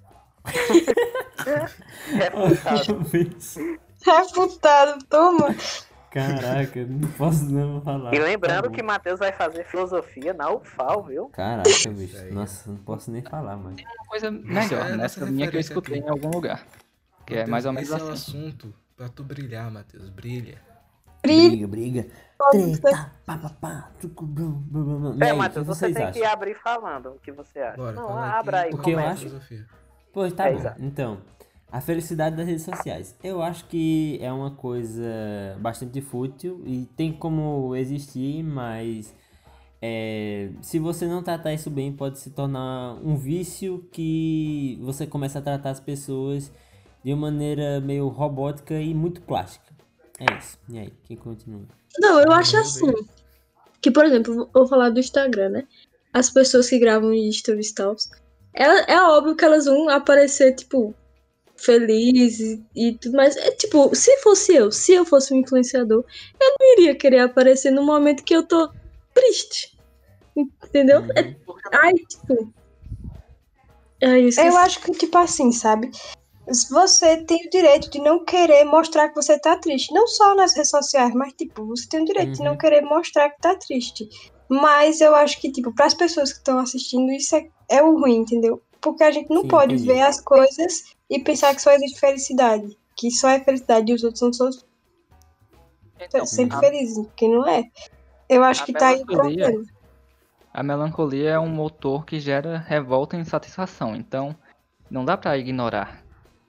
Refutado. Refutado, toma. Caraca, não posso não falar. E lembrando Tá que bom. Matheus vai fazer filosofia na U F A L, viu? Caraca, bicho. Nossa, não posso nem falar, mano. Uma coisa melhor é a nessa nossa minha que eu referência escutei aqui. em algum lugar. Que é Matheus, mais ou menos esse é o assim. assunto pra tu brilhar, Matheus. Brilha. Briga, briga. Treta, pá, pá, pá, tucu, brum, brum, brum, brum. E É, aí, o que Matheus, você vocês tem acham? que abrir falando o que você acha. Bora, Não, fala abra aí, aqui. O que eu comenta. acho? Filosofia. Pois tá É, bom. exato. Então, a felicidade das redes sociais. Eu acho que é uma coisa bastante fútil e tem como existir, mas é, se você não tratar isso bem, pode se tornar um vício que você começa a tratar as pessoas de uma maneira meio robótica e muito plástica. É isso. E aí, quem continua? Não, eu acho assim. Que, por exemplo, vou falar do Instagram, né? As pessoas que gravam stories e tal. É, é óbvio que elas vão aparecer, tipo, felizes e tudo mais. É tipo, se fosse eu, se eu fosse um influenciador, eu não iria querer aparecer no momento que eu tô triste. Entendeu? Uhum. É, ai, tipo. Ai, eu esqueci. Eu acho que, tipo assim, sabe? Você tem o direito de não querer mostrar que você tá triste. Não só nas redes sociais, mas, tipo, você tem o direito de não Uhum. querer mostrar que tá triste. Mas eu acho que, tipo, pras pessoas que estão assistindo, isso é, é o ruim, entendeu? Porque a gente não Sim, pode entendi. ver as coisas e pensar que só existe felicidade. Que só é felicidade e os outros são só Então, sempre a, felizes, porque não é. Eu acho A que tá aí o melancolia. problema. a melancolia é um motor que gera revolta e insatisfação. Então, não dá pra ignorar.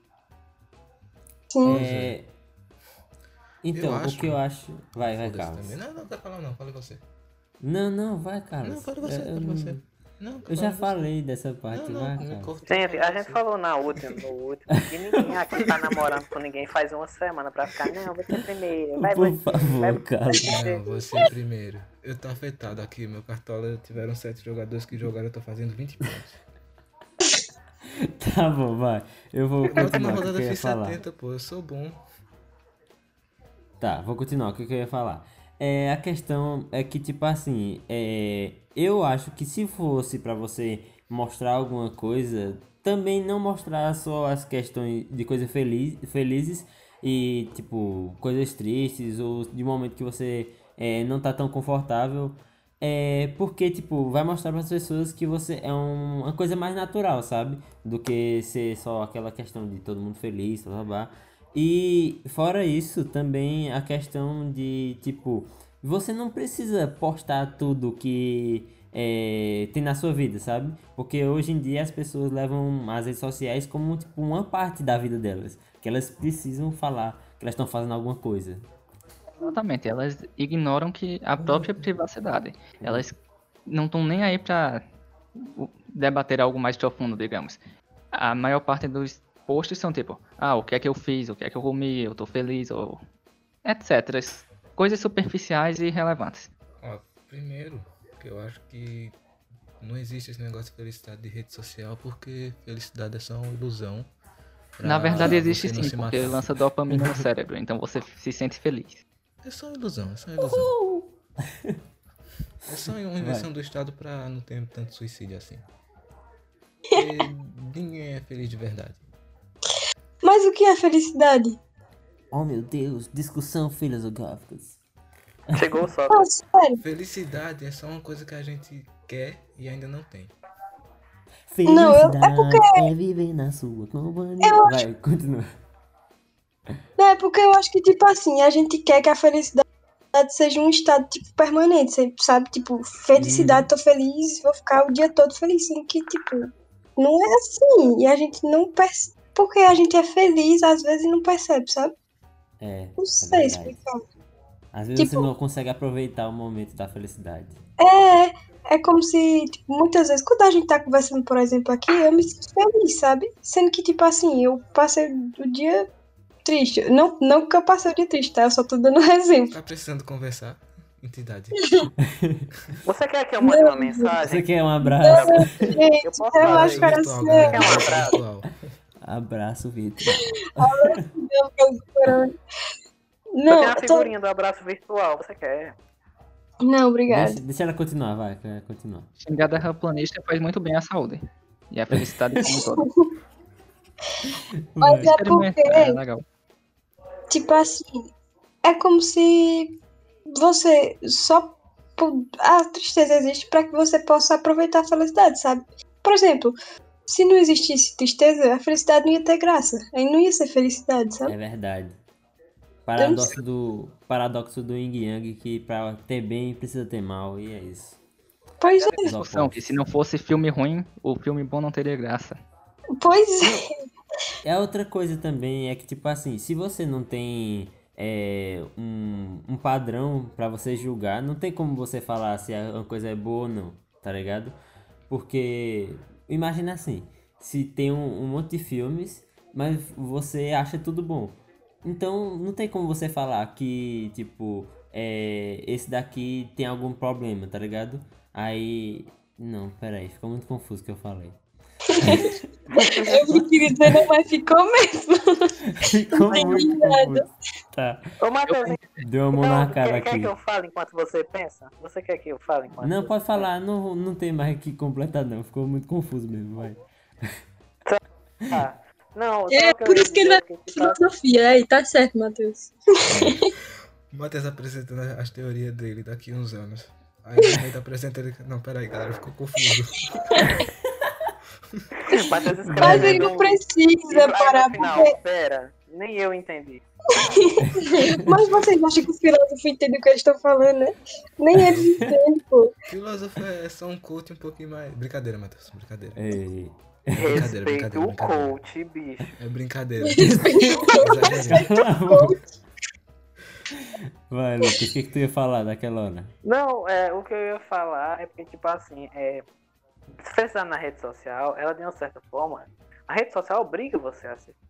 Sim. É, Então, Eu o acho- que eu acho. Vai, vai, Foda-se Carlos. também. Não, não quer falar não. Fala você. Não, não, vai, Carlos. Não, fala você, Eu- fala eu você. não- Não, Eu já falei dessa parte, Não, vai, não, me Carlos. corta. Gente, a gente falou na última, no último, que ninguém aqui tá namorando com ninguém faz uma semana pra ficar, não, você primeiro, vai Por você, favor, vai Carlos. você. Não, você primeiro. Eu tô afetado aqui. Meu cartola tiveram sete jogadores que jogaram, eu tô fazendo vinte pontos. Tá bom, vai. Eu vou Na última continuar o que rodada eu eu ia fiz falar. setenta, pô. Eu sou bom. Tá, vou continuar o que eu ia falar. É, a questão é que, tipo assim, é, eu acho que se fosse pra você mostrar alguma coisa, também não mostrar só as questões de coisas feliz, felizes e, tipo, coisas tristes ou de momento que você é, não tá tão confortável. É porque, tipo, vai mostrar para as pessoas que você é um- uma coisa mais natural, sabe? Do que ser só aquela questão de todo mundo feliz, blá blá blá. E fora isso, também a questão de, tipo, você não precisa postar tudo que é, tem na sua vida, sabe? Porque hoje em dia as pessoas levam as redes sociais como, tipo, uma parte da vida delas. Que elas precisam falar que elas estão fazendo alguma coisa. Exatamente, elas ignoram que a própria privacidade. Elas não estão nem aí pra o- debater algo mais profundo, digamos. A maior parte dos posts são tipo, ah, o que é que eu fiz, o que é que eu comi, eu tô feliz, ou etcétera. Coisas superficiais e irrelevantes. Ó, primeiro, que eu acho que não existe esse negócio de felicidade de rede social, porque felicidade é só uma ilusão. pra Na verdade existe você não sim, se porque matar. lança dopamina no cérebro, então você se sente feliz. É só uma ilusão, é só uma ilusão. É só uma invenção do Estado pra não ter tanto suicídio assim. Porque ninguém é feliz de verdade. Mas o que é felicidade? Oh meu Deus, discussão filosófica. Chegou só. Ah, sério. Felicidade é só uma coisa que a gente quer e ainda não tem. Não, eu- é Felicidade porque- é viver na sua companhia. Eu acho- Vai, continua. Não, é porque eu acho que, tipo assim, a gente quer que a felicidade seja um estado, tipo, permanente, você sabe? Tipo, felicidade, tô feliz, vou ficar o dia todo feliz, sendo que, tipo, não é assim. E a gente não percebe, porque a gente é feliz, às vezes, e não percebe, sabe? É, Não é sei verdade. explicar. Às vezes Tipo, você não consegue aproveitar o momento da felicidade. É, é como se, tipo, muitas vezes, quando a gente tá conversando, por exemplo, aqui, eu me sinto feliz, sabe? Sendo que, tipo assim, eu passei o dia triste. Não, não que eu passei o dia triste, tá? Eu só tô dando um exemplo. Tá precisando conversar? Entidade. Você quer que eu mande uma Você mensagem? quer um abraço? Gente, Eu posso relaxa, fazer Abraço isso. coração. virtual, galera. Quer um Abraço abraço? virtual. Abraço virtual. Meu Deus, caramba. Eu Não, tenho a eu tô... figurinha do abraço virtual, você quer? Não, obrigada. Deixa, deixa ela continuar, vai, vai continuar. Xingar terraplanista faz muito bem à saúde. E à felicidade como um todo. Mas é Experimenta, porque, é legal. tipo assim, é como se você só... pu- A tristeza existe pra que você possa aproveitar a felicidade, sabe? Por exemplo, se não existisse tristeza, a felicidade não ia ter graça. Aí não ia ser felicidade, sabe? É verdade. Eu não Paradoxo do, paradoxo do Yin Yang, que pra ter bem precisa ter mal, e é isso. Pois é, Os Discussão que opostos. se não fosse filme ruim, o filme bom não teria graça. pois é. É outra coisa também, é que tipo assim, se você não tem é, um, um padrão pra você julgar, não tem como você falar se a- uma coisa é boa ou não, tá ligado? Porque, imagina assim, se tem um, um monte de filmes, mas você acha tudo bom. Então, não tem como você falar que, tipo, é, esse daqui tem algum problema, tá ligado? Aí, não, peraí, ficou muito confuso o que eu falei. Eu me queria dizer, não, mas ficou mesmo. Ficou muito confuso. Tá, Ô, Matheus, deu uma mão na então, cara quer, quer aqui. que eu fale enquanto você pensa? Você quer que eu fale enquanto Não, você pode falar, não, não tem mais que completar não, ficou muito confuso mesmo, vai. Ah, não, só É, o que eu por ia isso que ele dizer vai é que, tipo, assim, filosofia. Aí, tá certo, Matheus. O Matheus apresentando as teorias dele daqui uns anos. Aí no meio da apresenta ele. Não, peraí, galera, ficou confuso. Matheus escreve Mas ele no- não precisa aí no parar, final, porque... pera, nem eu entendi. Mas vocês acham que os filósofos entendem o que eles estão falando, né? Nem eles entendem, pô. Filósofo é só um coach um pouquinho mais. Brincadeira, Matheus. Brincadeira. Ei. É brincadeira, Respeita brincadeira, o brincadeira. coach, bicho. É brincadeira. Exagerei. Cala a boca. Vai, Lucas, o que, que tu ia falar daquela hora? Não, é, o que eu ia falar é porque, tipo assim, é, se você está na rede social, ela de uma certa forma, a rede social obriga você a ser.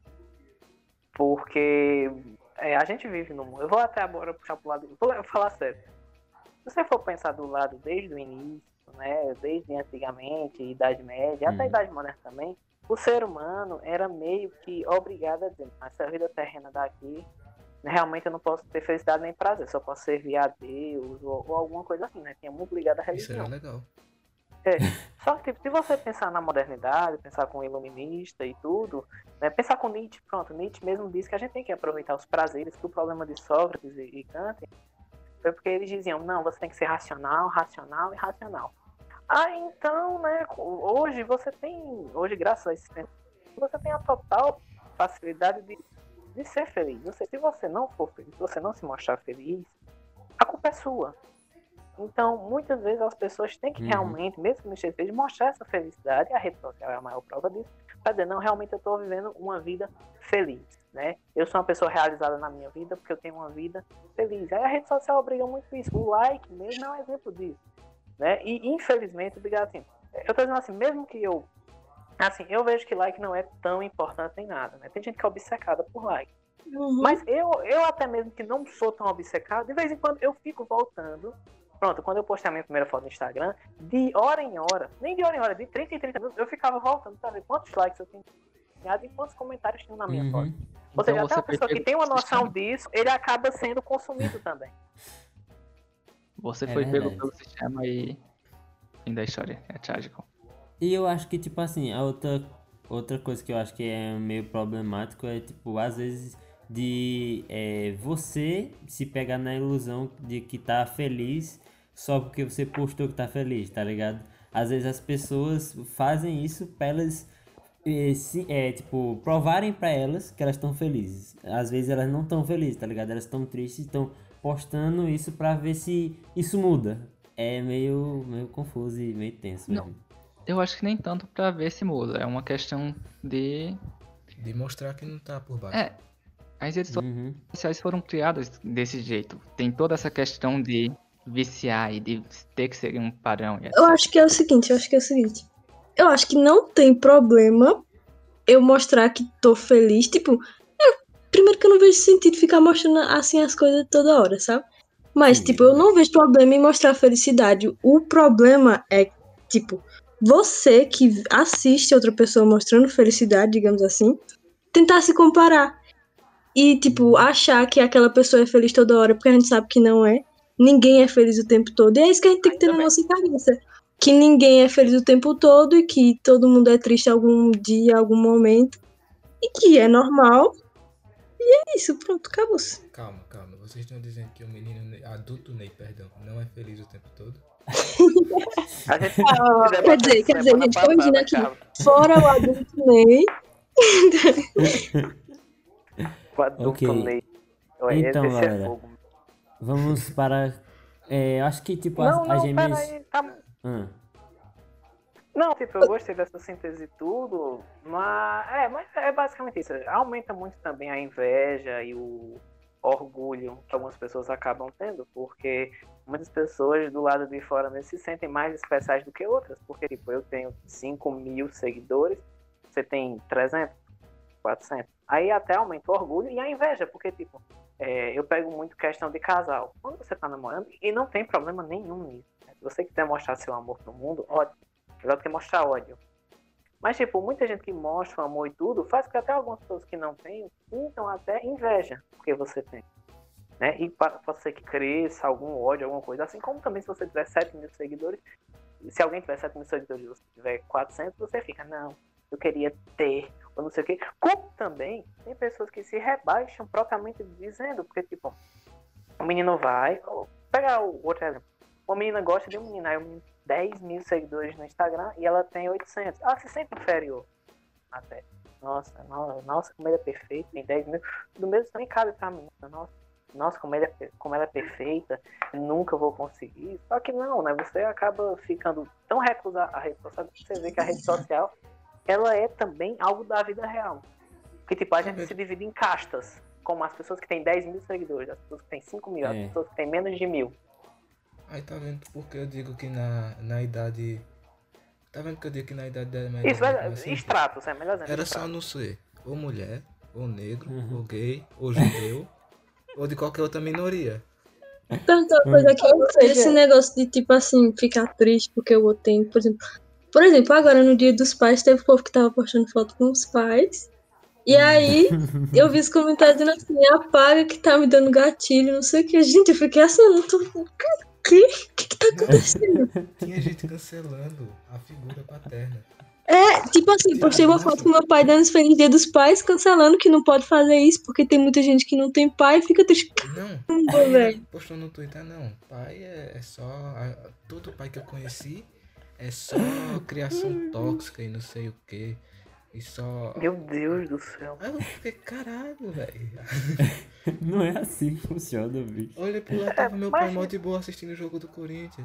Porque é, a gente vive no mundo. Eu vou até agora puxar pro lado. Vou falar sério. Se você for pensar do lado desde o início, né, desde antigamente, Idade Média, até a Uhum. Idade Moderna também, o ser humano era meio que obrigado a dizer: essa vida terrena daqui, realmente eu não posso ter felicidade nem prazer, só posso servir a Deus ou, ou alguma coisa assim, né? Tinha muito ligado à Isso era religião. legal. É, só que tipo, se você pensar na modernidade, pensar com o iluminista e tudo, né, pensar com Nietzsche, pronto, Nietzsche mesmo disse que a gente tem que aproveitar os prazeres, que o problema de Sócrates e, e Kant foi porque eles diziam, não, você tem que ser racional, racional e racional. Ah, então, né, hoje você tem, hoje graças a esse tempo, você tem a total facilidade de, de ser feliz. Você, se você não for feliz, se você não se mostrar feliz, a culpa é sua. Então, muitas vezes as pessoas têm que Uhum. realmente, mesmo que não esteja feliz, mostrar essa felicidade, e a rede social é a maior prova disso, para dizer, não, realmente eu estou vivendo uma vida feliz, né? Eu sou uma pessoa realizada na minha vida porque eu tenho uma vida feliz. Aí a rede social obriga muito isso. O like mesmo é um exemplo disso, né? E, infelizmente, obrigado, assim, eu tô dizendo assim, mesmo que eu, assim, eu vejo que like não é tão importante em nada, né? Tem gente que é obcecada por like. Uhum. Mas eu, eu até mesmo que não sou tão obcecado, de vez em quando eu fico voltando. Pronto, quando eu postei a minha primeira foto no Instagram, de hora em hora, nem de hora em hora, de trinta em trinta minutos, eu ficava voltando pra ver quantos likes eu tinha ganhado e quantos comentários tinham na minha Uhum. foto. Ou Então seja, até você uma pessoa foi que pego tem uma pelo noção sistema. disso, ele acaba sendo consumido também. Você É foi pego verdade. pelo sistema e. Fim da história. É trágico. E eu acho que, tipo assim, a outra, outra coisa que eu acho que é meio problemático é, tipo, às vezes de é, você se pegar na ilusão de que tá feliz só porque você postou que tá feliz, tá ligado? Às vezes as pessoas fazem isso pra elas e se, é, tipo, provarem pra elas que elas estão felizes. Às vezes elas não estão felizes, tá ligado? Elas estão tristes e estão postando isso pra ver se isso muda. É meio, meio confuso e meio tenso Não. mesmo. Eu acho que nem tanto pra ver se muda. É uma questão de. De mostrar que não tá por baixo. É. As redes Uhum. sociais foram criadas desse jeito. Tem toda essa questão de viciar e de ter que seguir um padrão. E Eu etcétera. acho que é o seguinte, eu acho que é o seguinte. Eu acho que não tem problema eu mostrar que tô feliz. Tipo, é, primeiro que eu não vejo sentido ficar mostrando assim as coisas toda hora, sabe? Mas, Sim, tipo, é eu não vejo problema em mostrar felicidade. O problema é, tipo, você que assiste outra pessoa mostrando felicidade, digamos assim, tentar se comparar. E, tipo, achar que aquela pessoa é feliz toda hora, porque a gente sabe que não é. Ninguém é feliz o tempo todo. E é isso que a gente tem que ter Ainda na bem. nossa cabeça. Que ninguém é feliz o tempo todo e que todo mundo é triste algum dia, algum momento. E que é normal. E é isso, pronto, acabou-se. Calma, calma. Vocês estão dizendo que o menino Ney- adulto Ney, perdão, não é feliz o tempo todo? A gente Ah, se quer debateu dizer, quer dizer, semana gente, corrigindo passada, aqui. Carlos. Fora o adulto Ney. O adulto Ok. Ney. Ué, Então, esse é galera. fogo. Vamos para. É, acho que tipo as, Não, as não, gêmeas. peraí. Tá... Ah, Não, tipo, eu gostei dessa síntese e tudo, mas é, mas é basicamente isso. Aumenta muito também a inveja e o orgulho que algumas pessoas acabam tendo, porque muitas pessoas do lado de fora né, se sentem mais especiais do que outras, porque tipo, eu tenho cinco mil seguidores, você tem trezentos, quatrocentos. Aí até aumenta o orgulho e a inveja, porque tipo, é, eu pego muito questão de casal. Quando você tá namorando, e não tem problema nenhum nisso, né? Se você quiser mostrar seu amor pro mundo, ótimo. Melhor do que mostrar ódio. Mas, tipo, muita gente que mostra o amor e tudo, faz que até algumas pessoas que não têm, sintam até inveja porque você tem. Né? E pode ser que cresça algum ódio, alguma coisa. Assim como também se você tiver sete mil seguidores, se alguém tiver sete mil seguidores e você tiver quatrocentos, você fica, não, eu queria ter, ou não sei o quê. Como também tem pessoas que se rebaixam propriamente dizendo, porque, tipo, o menino vai, pegar o outro exemplo, uma menina gosta de um menino, aí o menino dez mil seguidores no Instagram e ela tem oitocentos. Ela se sente inferior até. Nossa, no, nossa, como ela é perfeita, tem dez mil. Do mesmo também cabe pra mim. Nossa, nossa como, ela é, como ela é perfeita, nunca vou conseguir. Só que não, né? Você acaba ficando tão reclusado a rede social que você vê que a rede social ela é também algo da vida real. Porque tipo, a gente se divide em castas, como as pessoas que têm dez mil seguidores, as pessoas que têm cinco mil, É. as pessoas que têm menos de mil. Aí tá vendo porque eu digo que na, na idade. Tá vendo que eu digo que na idade da melhor. Isso, é extratos, é melhor exemplo. Era só não ser ou mulher, ou negro, ou gay, ou judeu, ou de qualquer outra minoria. Perguntar uma coisa aqui, esse negócio de, tipo assim, ficar triste porque o outro tem, por exemplo... Por exemplo, agora no Dia dos Pais, teve povo que tava postando foto com os pais. E aí, eu vi os comentários dizendo assim, apaga que tá me dando gatilho, não sei o que. Gente, eu fiquei assim, eu não tô... O que? O que que tá acontecendo? Tinha gente cancelando a figura paterna. É, tipo assim, postei uma foto com meu pai dando os feliz Dia dos Pais, cancelando que não pode fazer isso, porque tem muita gente que não tem pai e fica triste. Não, Caramba, aí velho. postou no Twitter, não. Pai é, é só. A, todo pai que eu conheci é só criação tóxica e não sei o que. E só. Meu Deus do céu. Aí eu fiquei, caralho, velho. não é assim que funciona, bicho. Olha pro lado, tava meu mas- pai mó de boa assistindo o jogo do Corinthians.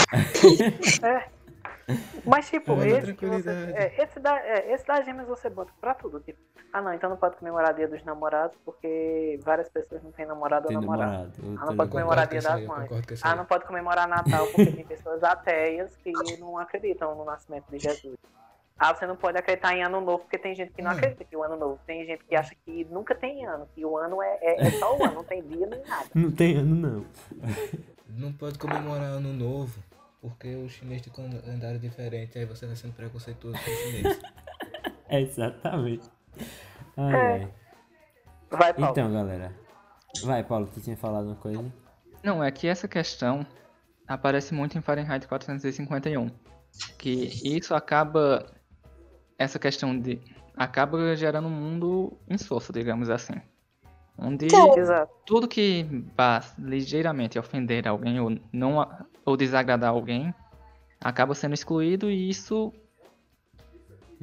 É. Mas tipo, Olha a esse, que você, tranquilidade. é, esse, da, é, esse das gêmeas você bota pra tudo. Tipo, ah não, então não pode comemorar dia dos namorados porque várias pessoas não têm namorado Tem ou namorado. namorado. eu Ah, não tô pode ligado. comemorar com dia isso das aí, eu mães. concordo com isso Ah, aí. não pode comemorar Natal porque tem pessoas ateias que não acreditam no nascimento de Jesus. Ah, você não pode acreditar em ano novo porque tem gente que não Hum. acredita que o ano novo. Tem gente que acha que nunca tem ano, que o ano é, é, é só o ano, não tem dia nem nada. Não tem ano, não. Não pode comemorar ano novo, porque o chinês tem calendário diferente, aí você vai sendo preconceituoso com o chinês. É exatamente. Ai, É. ai. Vai, Paulo. Então, galera. Vai, Paulo, tu tinha falado uma coisa? Não, é que essa questão aparece muito em Fahrenheit quatrocentos e cinquenta e um. Que isso acaba. Essa questão de. Acaba gerando um mundo insosso, digamos assim. Onde Exato. tudo que vá ligeiramente ofender alguém ou, não, a- ou desagradar alguém acaba sendo excluído e isso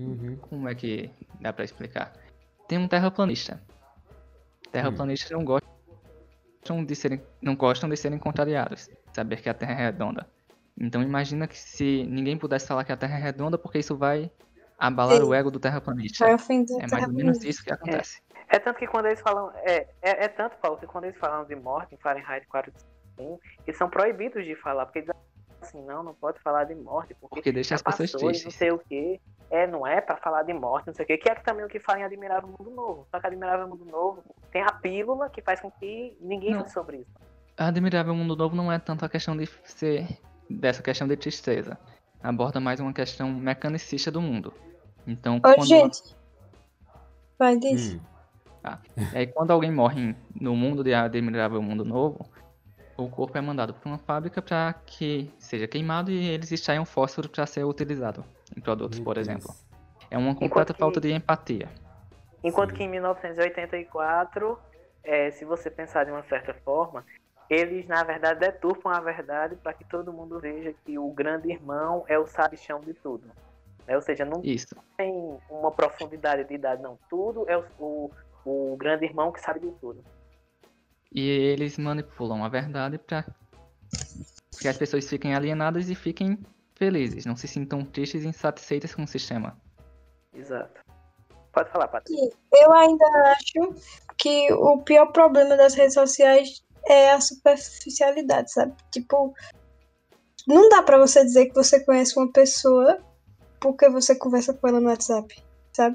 Uhum. Como é que dá pra explicar? Tem um terraplanista. Terraplanistas não gostam de serem, não gostam de serem contrariados, saber que a Terra é redonda. Então imagina que se ninguém pudesse falar que a Terra é redonda, porque isso vai abalar Sim. o ego do terraplanista. Vai ofender o É mais ou menos isso que acontece. É tanto que quando eles falam. É, é, é tanto, Paulo, que quando eles falam de morte em Fahrenheit quatrocentos e cinquenta e um, eles são proibidos de falar, porque eles dizem assim, não, não pode falar de morte, porque, Porque deixa já as pessoas passou e tristes. não sei o que. É, não é pra falar de morte, não sei o que. Que é também o que fala em Admirável Mundo Novo. Só que Admirável Mundo Novo tem a pílula que faz com que ninguém Não. fale sobre isso. A Admirável Mundo Novo não é tanto a questão de ser dessa questão de tristeza. Aborda mais uma questão mecanicista do mundo. Então, Ô, quando gente. Vai, diz. Hum. É, quando alguém morre no mundo de Admirável Mundo Novo, o corpo é mandado para uma fábrica para que seja queimado e eles extraiam fósforo para ser utilizado em produtos, Meu por Deus. exemplo. É uma completa que- falta de empatia. Enquanto Sim. que em mil novecentos e oitenta e quatro, é, se você pensar de uma certa forma, eles na verdade deturpam a verdade para que todo mundo veja que o grande irmão é o sabichão de tudo. Né? Ou seja, não Isso. tem uma profundidade de idade, não. Tudo é o, o, o grande irmão que sabe de tudo. E eles manipulam a verdade para que as pessoas fiquem alienadas e fiquem felizes, não se sintam tristes e insatisfeitas com o sistema. Exato. Pode falar, Patrícia. Eu ainda acho que o pior problema das redes sociais é a superficialidade, sabe? Tipo, não dá pra você dizer que você conhece uma pessoa porque você conversa com ela no WhatsApp, sabe?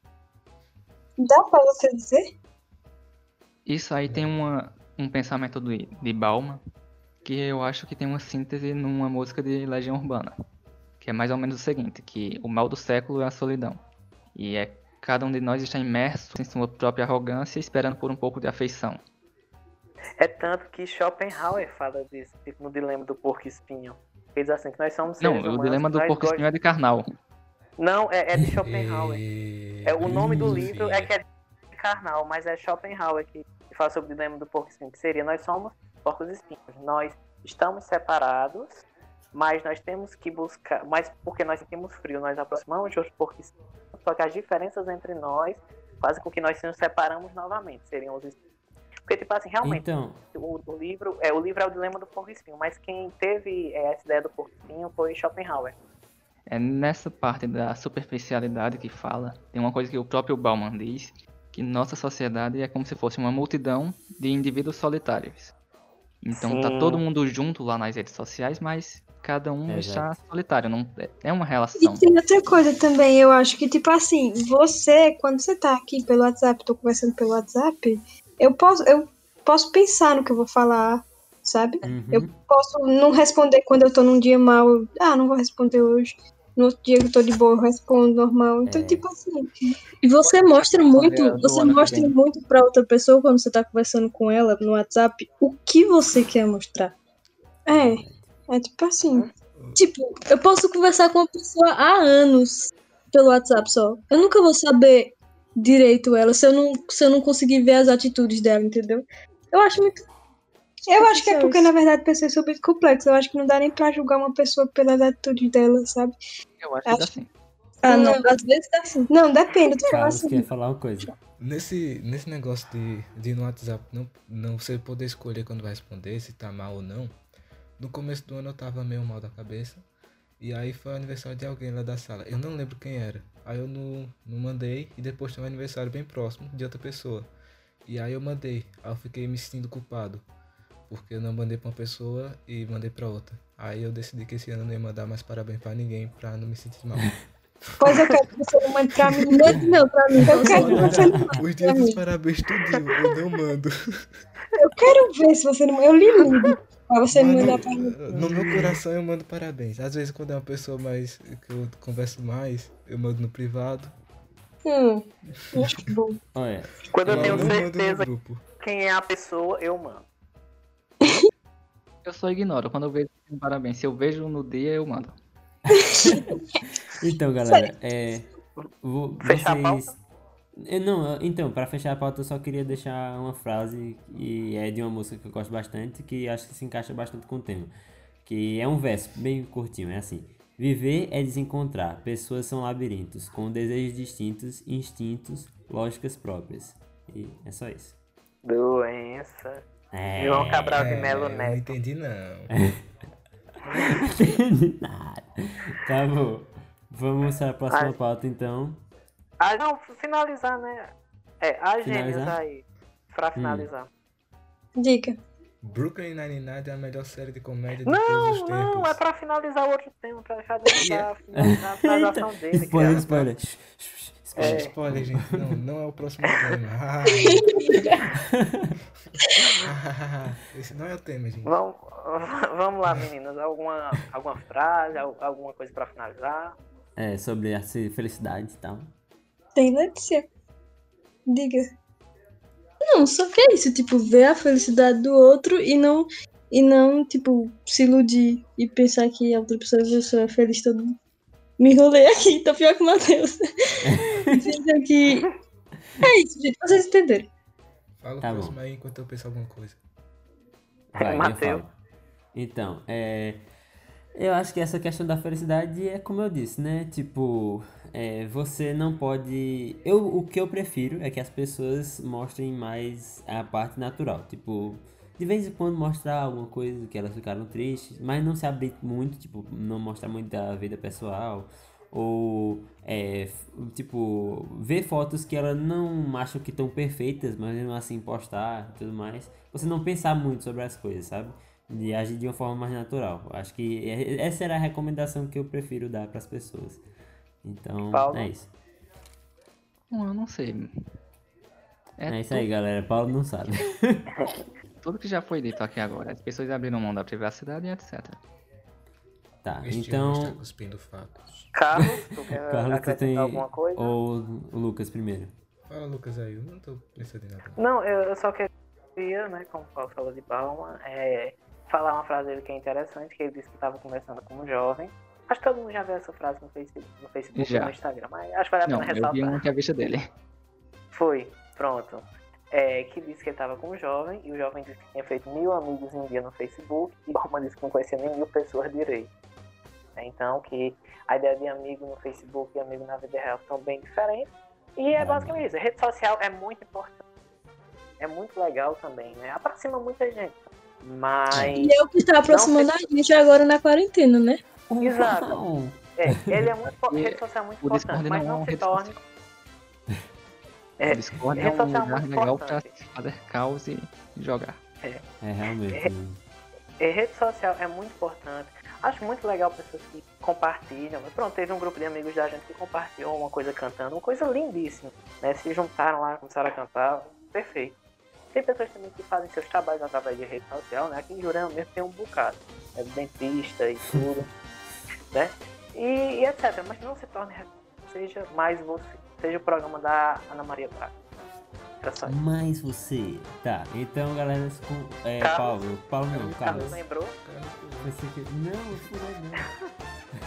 Dá pra você dizer? Isso aí tem uma, um pensamento do, de Bauman, que eu acho que tem uma síntese numa música de Legião Urbana, que é mais ou menos o seguinte, que o mal do século é a solidão. E é cada um de nós está imerso em sua própria arrogância, esperando por um pouco de afeição. É tanto que Schopenhauer fala disso, tipo no Dilema do Porco Espinho. Ele diz assim, que nós somos Não, seres o humanos, dilema que do nós porco espinho é gostamos- de Karnal. Não, é, é de Schopenhauer. E... É, o nome do filosofia. livro é que é de Karnal, mas é Schopenhauer que que fala sobre o dilema do porco espinho, que seria nós somos porcos espinhos. Nós estamos separados, mas nós temos que buscar, mas porque nós sentimos frio, nós aproximamos de outros porcos espinhos, só que as diferenças entre nós fazem com que nós nos separamos novamente, seriam os espinhos. Porque, tipo assim, realmente, Então, o, o livro, é, o livro é o dilema do porco espinho, mas quem teve é, essa ideia do porco espinho foi Schopenhauer. É nessa parte da superficialidade que fala, tem uma coisa que o próprio Bauman diz, que nossa sociedade é como se fosse uma multidão de indivíduos solitários. Então tá Sim. todo mundo junto lá nas redes sociais, mas cada um Exato. está solitário, não é- é uma E relação. tem outra coisa também, eu acho que, tipo assim, você, quando você tá aqui pelo WhatsApp, tô conversando pelo WhatsApp, eu posso, eu posso pensar no que eu vou falar, sabe? uhum. Eu posso não responder quando eu tô num dia mal, ah, não vou responder hoje. No outro dia que eu tô de boa, eu respondo normal. Então, É. tipo assim, E você mostra muito, Olha, você Luana, mostra também. muito pra outra pessoa quando você tá conversando com ela no WhatsApp o que você quer mostrar. é, é tipo assim. Tipo, eu posso conversar com uma pessoa há anos pelo WhatsApp só. Eu nunca vou saber direito ela se eu não, se eu não conseguir ver as atitudes dela, entendeu? Eu acho muito. Eu acho que é porque, isso. na verdade, pessoas são muito complexas. Eu acho que não dá nem pra julgar uma pessoa pelas atitudes dela, sabe? Eu acho que dá Acho- sim. Ah, não, Não. às vezes dá sim. Não, depende. Tu fala Carlos assim. quer falar uma coisa. Nesse, nesse negócio de, de ir no WhatsApp não, não você poder escolher quando vai responder, se tá mal ou não. No começo do ano eu tava meio mal da cabeça. E aí foi o aniversário de alguém lá da sala. Eu não lembro quem era. Aí eu não, não mandei. E depois tem um aniversário bem próximo de outra pessoa. E aí eu mandei. Aí eu fiquei me sentindo culpado. Porque eu não mandei pra uma pessoa e mandei pra outra. Aí eu decidi que esse ano eu não ia mandar mais parabéns pra ninguém pra não me sentir mal. Pois eu quero que você não mande pra mim. Mande não pra mim. Eu quero que você não mande Os pra dias dos mim. parabéns tudinho, eu não mando. Eu quero ver se você não. Eu lhe ligo pra você não Mas mandar no, pra mim. no meu coração eu mando parabéns. Às vezes quando é uma pessoa mais que eu converso mais, eu mando no privado. Hum, acho bom. Olha, Quando eu Eu tenho não mando no certeza grupo. quem é a pessoa, eu mando. Eu só ignoro. Quando eu vejo um parabéns, se eu vejo no dia, eu mando. então, galera, é. Vou, Fechar a vocês. Eu não, eu- então, pra fechar a pauta, eu só queria deixar uma frase que é de uma música que eu gosto bastante, que acho que se encaixa bastante com o tema. Que é um verso bem curtinho, é assim. Viver é desencontrar. Pessoas são labirintos, com desejos distintos, instintos, lógicas próprias. E é só isso. Doença. É. João Cabral de Melo eu não Neto. entendi não. Não entendi nada. Tá bom. Vamos para a próxima Ai. pauta, então. Ah, não, finalizar, né? É, as gêmeas Finalizar? aí. Pra finalizar. Dica. Brooklyn Nine-Nine é a melhor série de comédia de Não, todos os tempos. não, é pra finalizar o outro tema, pra deixar de finalizar a finalização dele. que Spoiler, é- spoiler. É. Spoiler, gente. Não, não é o próximo tema. Esse não é o tema, gente. Vamos, vamos lá, meninas. Alguma, alguma frase, al- alguma coisa pra finalizar? É, sobre a felicidade e tal. Tem Letícia. Diga. Não, só que é isso, tipo, ver a felicidade do outro e não, e não, tipo, se iludir e pensar que a outra pessoa, pessoa é feliz todo mundo. Me enrolei aqui, tô pior que o Matheus. Pensa que... É isso, gente, vocês entenderam. Fala o Tá próximo bom. aí enquanto eu penso alguma coisa. Vai, eu Mateus. falo. Então, é... eu acho que essa questão da felicidade é como eu disse, né? Tipo, é, você não pode... Eu, o que eu prefiro é que as pessoas mostrem mais a parte natural. Tipo, de vez em quando mostrar alguma coisa que elas ficaram tristes, mas não se abrir muito, tipo, não mostrar muito da vida pessoal. Ou, é, f- tipo, ver fotos que elas não acham que estão perfeitas, mas mesmo assim postar e tudo mais. Você não pensar muito sobre as coisas, sabe? De agir de uma forma mais natural. Acho que é- essa era a recomendação que eu prefiro dar para as pessoas. Então, Paulo? é isso. Bom, eu não sei. É, É isso aí, galera. Paulo não sabe. tudo que já foi dito aqui agora. As pessoas abriram mão da privacidade e etcétera. Tá, Este homem está então, cuspindo fatos. Carlos, tu quer Carlos, tu acrescentar tem... alguma coisa? Ou o Lucas primeiro. Fala, Lucas, aí. Eu não tô pensando em nada. Não, eu, eu só queria, né, como o Paulo falou de Balma, é, falar uma frase dele que é interessante, que ele disse que estava conversando com um jovem. Acho que todo mundo já viu essa frase no Facebook, no Facebook Já. ou no Instagram, mas acho que vale a Não, pena eu vi ressaltar. uma entrevista dele. Foi, pronto. É, que disse que ele estava com um jovem, e o jovem disse que tinha feito mil amigos em um dia no Facebook, e Balma disse que não conhecia nem mil pessoas direito. É, então, que a ideia de amigo no Facebook e amigo na vida real são bem diferentes. E é Ah, basicamente isso. A rede social é muito importante. É muito legal também, né? Aproxima muita gente. Mas. E é o que tá aproximando Não a gente agora na quarentena, né? Exato. Uau! É, ele é muito. E rede social é muito o importante, Discord mas não é não uma se rede torne. social. É, O Discord é rede um social é lugar muito legal pra importante. fazer caos e jogar. É, realmente. É, rede social é muito importante. Acho muito legal pessoas que compartilham. Pronto, teve um grupo de amigos da gente que compartilhou uma coisa cantando, uma coisa lindíssima, né? Se juntaram lá, começaram a cantar, perfeito. Tem pessoas também que fazem seus trabalhos através de rede social, né? Aqui em Jurema mesmo tem um bocado, é dentista e tudo, né? E, e etcétera. Mas não se torne, seja mais você, seja o programa da Ana Maria Braga. Era só isso. Mas você. Tá, então, galera, com... é, Carlos. Paulo. Paulo não, Carlos Carlos. lembrou? Você que... Não, eu furei não.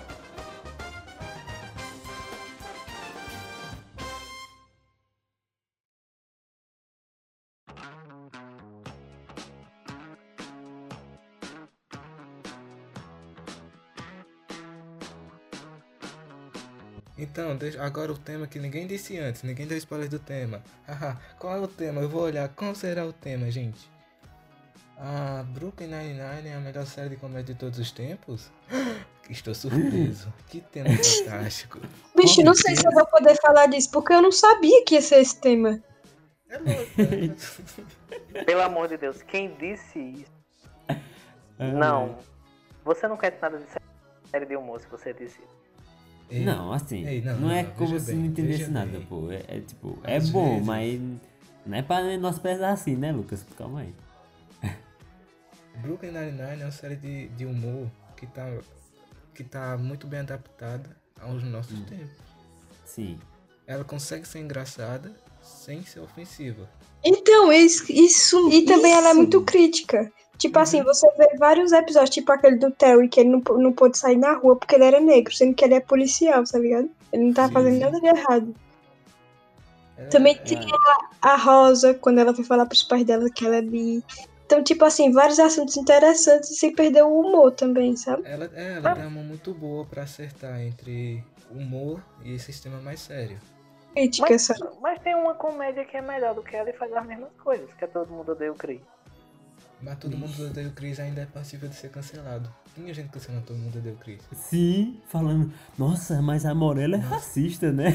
Então, deixa, agora o tema que ninguém disse antes, ninguém deu spoiler do tema. Haha, qual é o tema? Eu vou olhar qual será o tema, gente. Ah, Brooklyn Nine-Nine é a melhor série de comédia de todos os tempos? Estou surpreso. Que tema fantástico. Bicho, não sei se eu vou poder falar disso, porque eu não sabia que ia ser esse tema. É louco, né? Pelo amor de Deus, quem disse isso? Não. Você não quer nada de série de humor se você disse isso. Ei, Não, assim, ei, não, é não, como veja se bem, não entendesse veja nada, bem. pô. É, é tipo, é Às bom, vezes. mas não é pra nós pesar assim, né, Lucas? Calma aí. Brooklyn Nine-Nine é uma série de, de humor que tá, que tá muito bem adaptada aos nossos Hum. tempos. Sim. Ela consegue ser engraçada sem ser ofensiva. Então, isso. isso e também ela é muito crítica. Tipo assim, você vê vários episódios, tipo aquele do Terry, que ele não, não pôde sair na rua porque ele era negro, sendo que ele é policial, tá ligado? Ele não tava Sim, fazendo sim. nada de errado. Ela- Também ela- tem a, a Rosa, quando ela foi falar pros pais dela que ela é bi. Então, tipo assim, vários assuntos interessantes sem perder o humor também, sabe? Ela, é, ela tem uma mão muito boa pra acertar entre humor e esse tema mais sério. Crítica, Mas, sabe? mas tem uma comédia que é melhor do que ela e faz as mesmas coisas, que é Todo Mundo Odeia o Chris. Mas todo mundo odeia o Chris ainda é passível de ser cancelado. Tinha gente cancelando Todo Mundo Odeia o Chris. Sim, falando, nossa, mas a Morella é racista, né?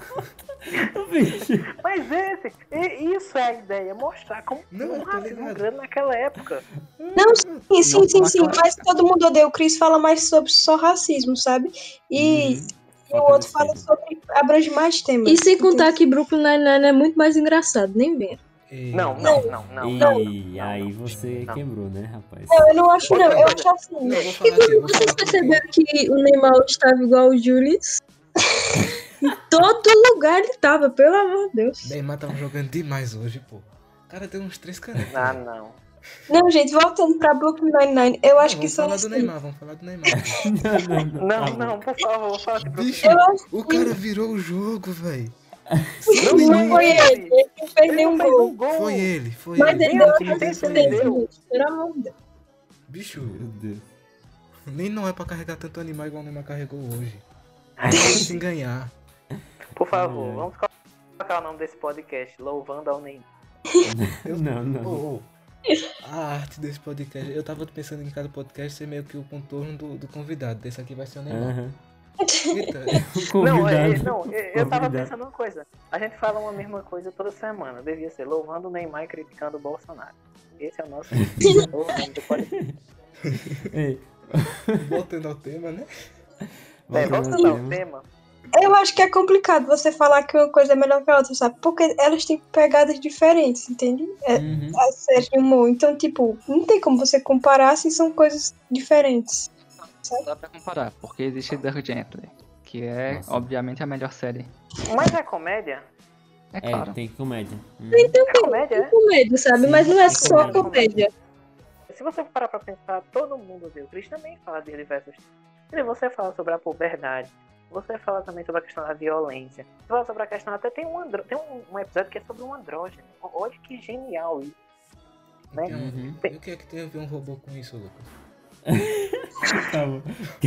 Bicho. Mas esse, e- isso é a ideia, mostrar como Não, um eu tô racismo ligado. grande naquela época. Não, sim, sim, sim, sim, mas Todo Mundo Odeia o Chris fala mais sobre só racismo, sabe? E, Uhum. e o outro fala sobre, abrange mais temas. E sem contar que Brooklyn Nine-Nine é muito mais engraçado, nem vem. E... Não, não, não, não, E não. aí não, você não. quebrou, né, rapaz? Não, eu não acho não, eu acho assim. Não, eu vou falar aqui, eu vou Vocês falar com quem... perceberam que o Neymar estava igual o Julius? Em todo lugar ele tava, pelo amor de Deus. Neymar tava jogando demais hoje, pô. O cara deu uns três canetas. Ah, velho. não. Não, gente, voltando pra Brooklyn Nine-Nine, eu acho Não, que vamos são falar do assim. Neymar, vamos falar do Neymar. Não, não, não. Não, tá bom. não, por favor, fala de Bicho, Eu acho o cara virou o jogo, velho. Não, Não foi ele, ele não fez Ele nenhum não fez gol. um gol. Foi ele, foi Mas ele. ele Nem deu a outra assistência Foi ele ele. deu. Pelo amor de Deus. Bicho, Meu Deus. nem não é pra carregar tanto animal igual o Neymar carregou hoje. Sem ganhar. Por favor, Ai, ai. vamos colocar o nome desse podcast, Louvando ao Neymar. Não, não. Ô, ô, a arte desse podcast, eu tava pensando em cada podcast ser meio que o contorno do, do convidado. Desse aqui vai ser o Neymar. Aham. Eita, Não, é, Convidado. não, eu, eu tava Convidado. pensando uma coisa. A gente fala uma mesma coisa toda semana. Devia ser louvando o Neymar e criticando o Bolsonaro. Esse é o nosso o nome do podcast. Ei, voltando ao tema, né? É, voltando voltando ao ao tema. tema. Eu acho que é complicado você falar que uma coisa é melhor que a outra, sabe? Porque elas têm pegadas diferentes, entende? É, Uhum. a série de humor. Então, tipo, não tem como você comparar se são coisas diferentes. Dá pra comparar, porque existe Dirk Gently, que é, Nossa. obviamente, a melhor série. Mas é comédia? É É, claro. tem comédia. Uhum. É comédia, é? Comédia, sabe? Sim, Mas não é é só comédia. comédia. Se você parar pra pensar, todo mundo odeia o Chris também fala de diversos temas. Você fala sobre a puberdade. Você fala também sobre a questão da violência. Você fala sobre a questão, até tem um, andro... tem um, um episódio que é sobre um andrógeno. Olha que genial isso. Né? Então, Uhum. e o que é que tem a ver um robô com isso, Lucas? Calma.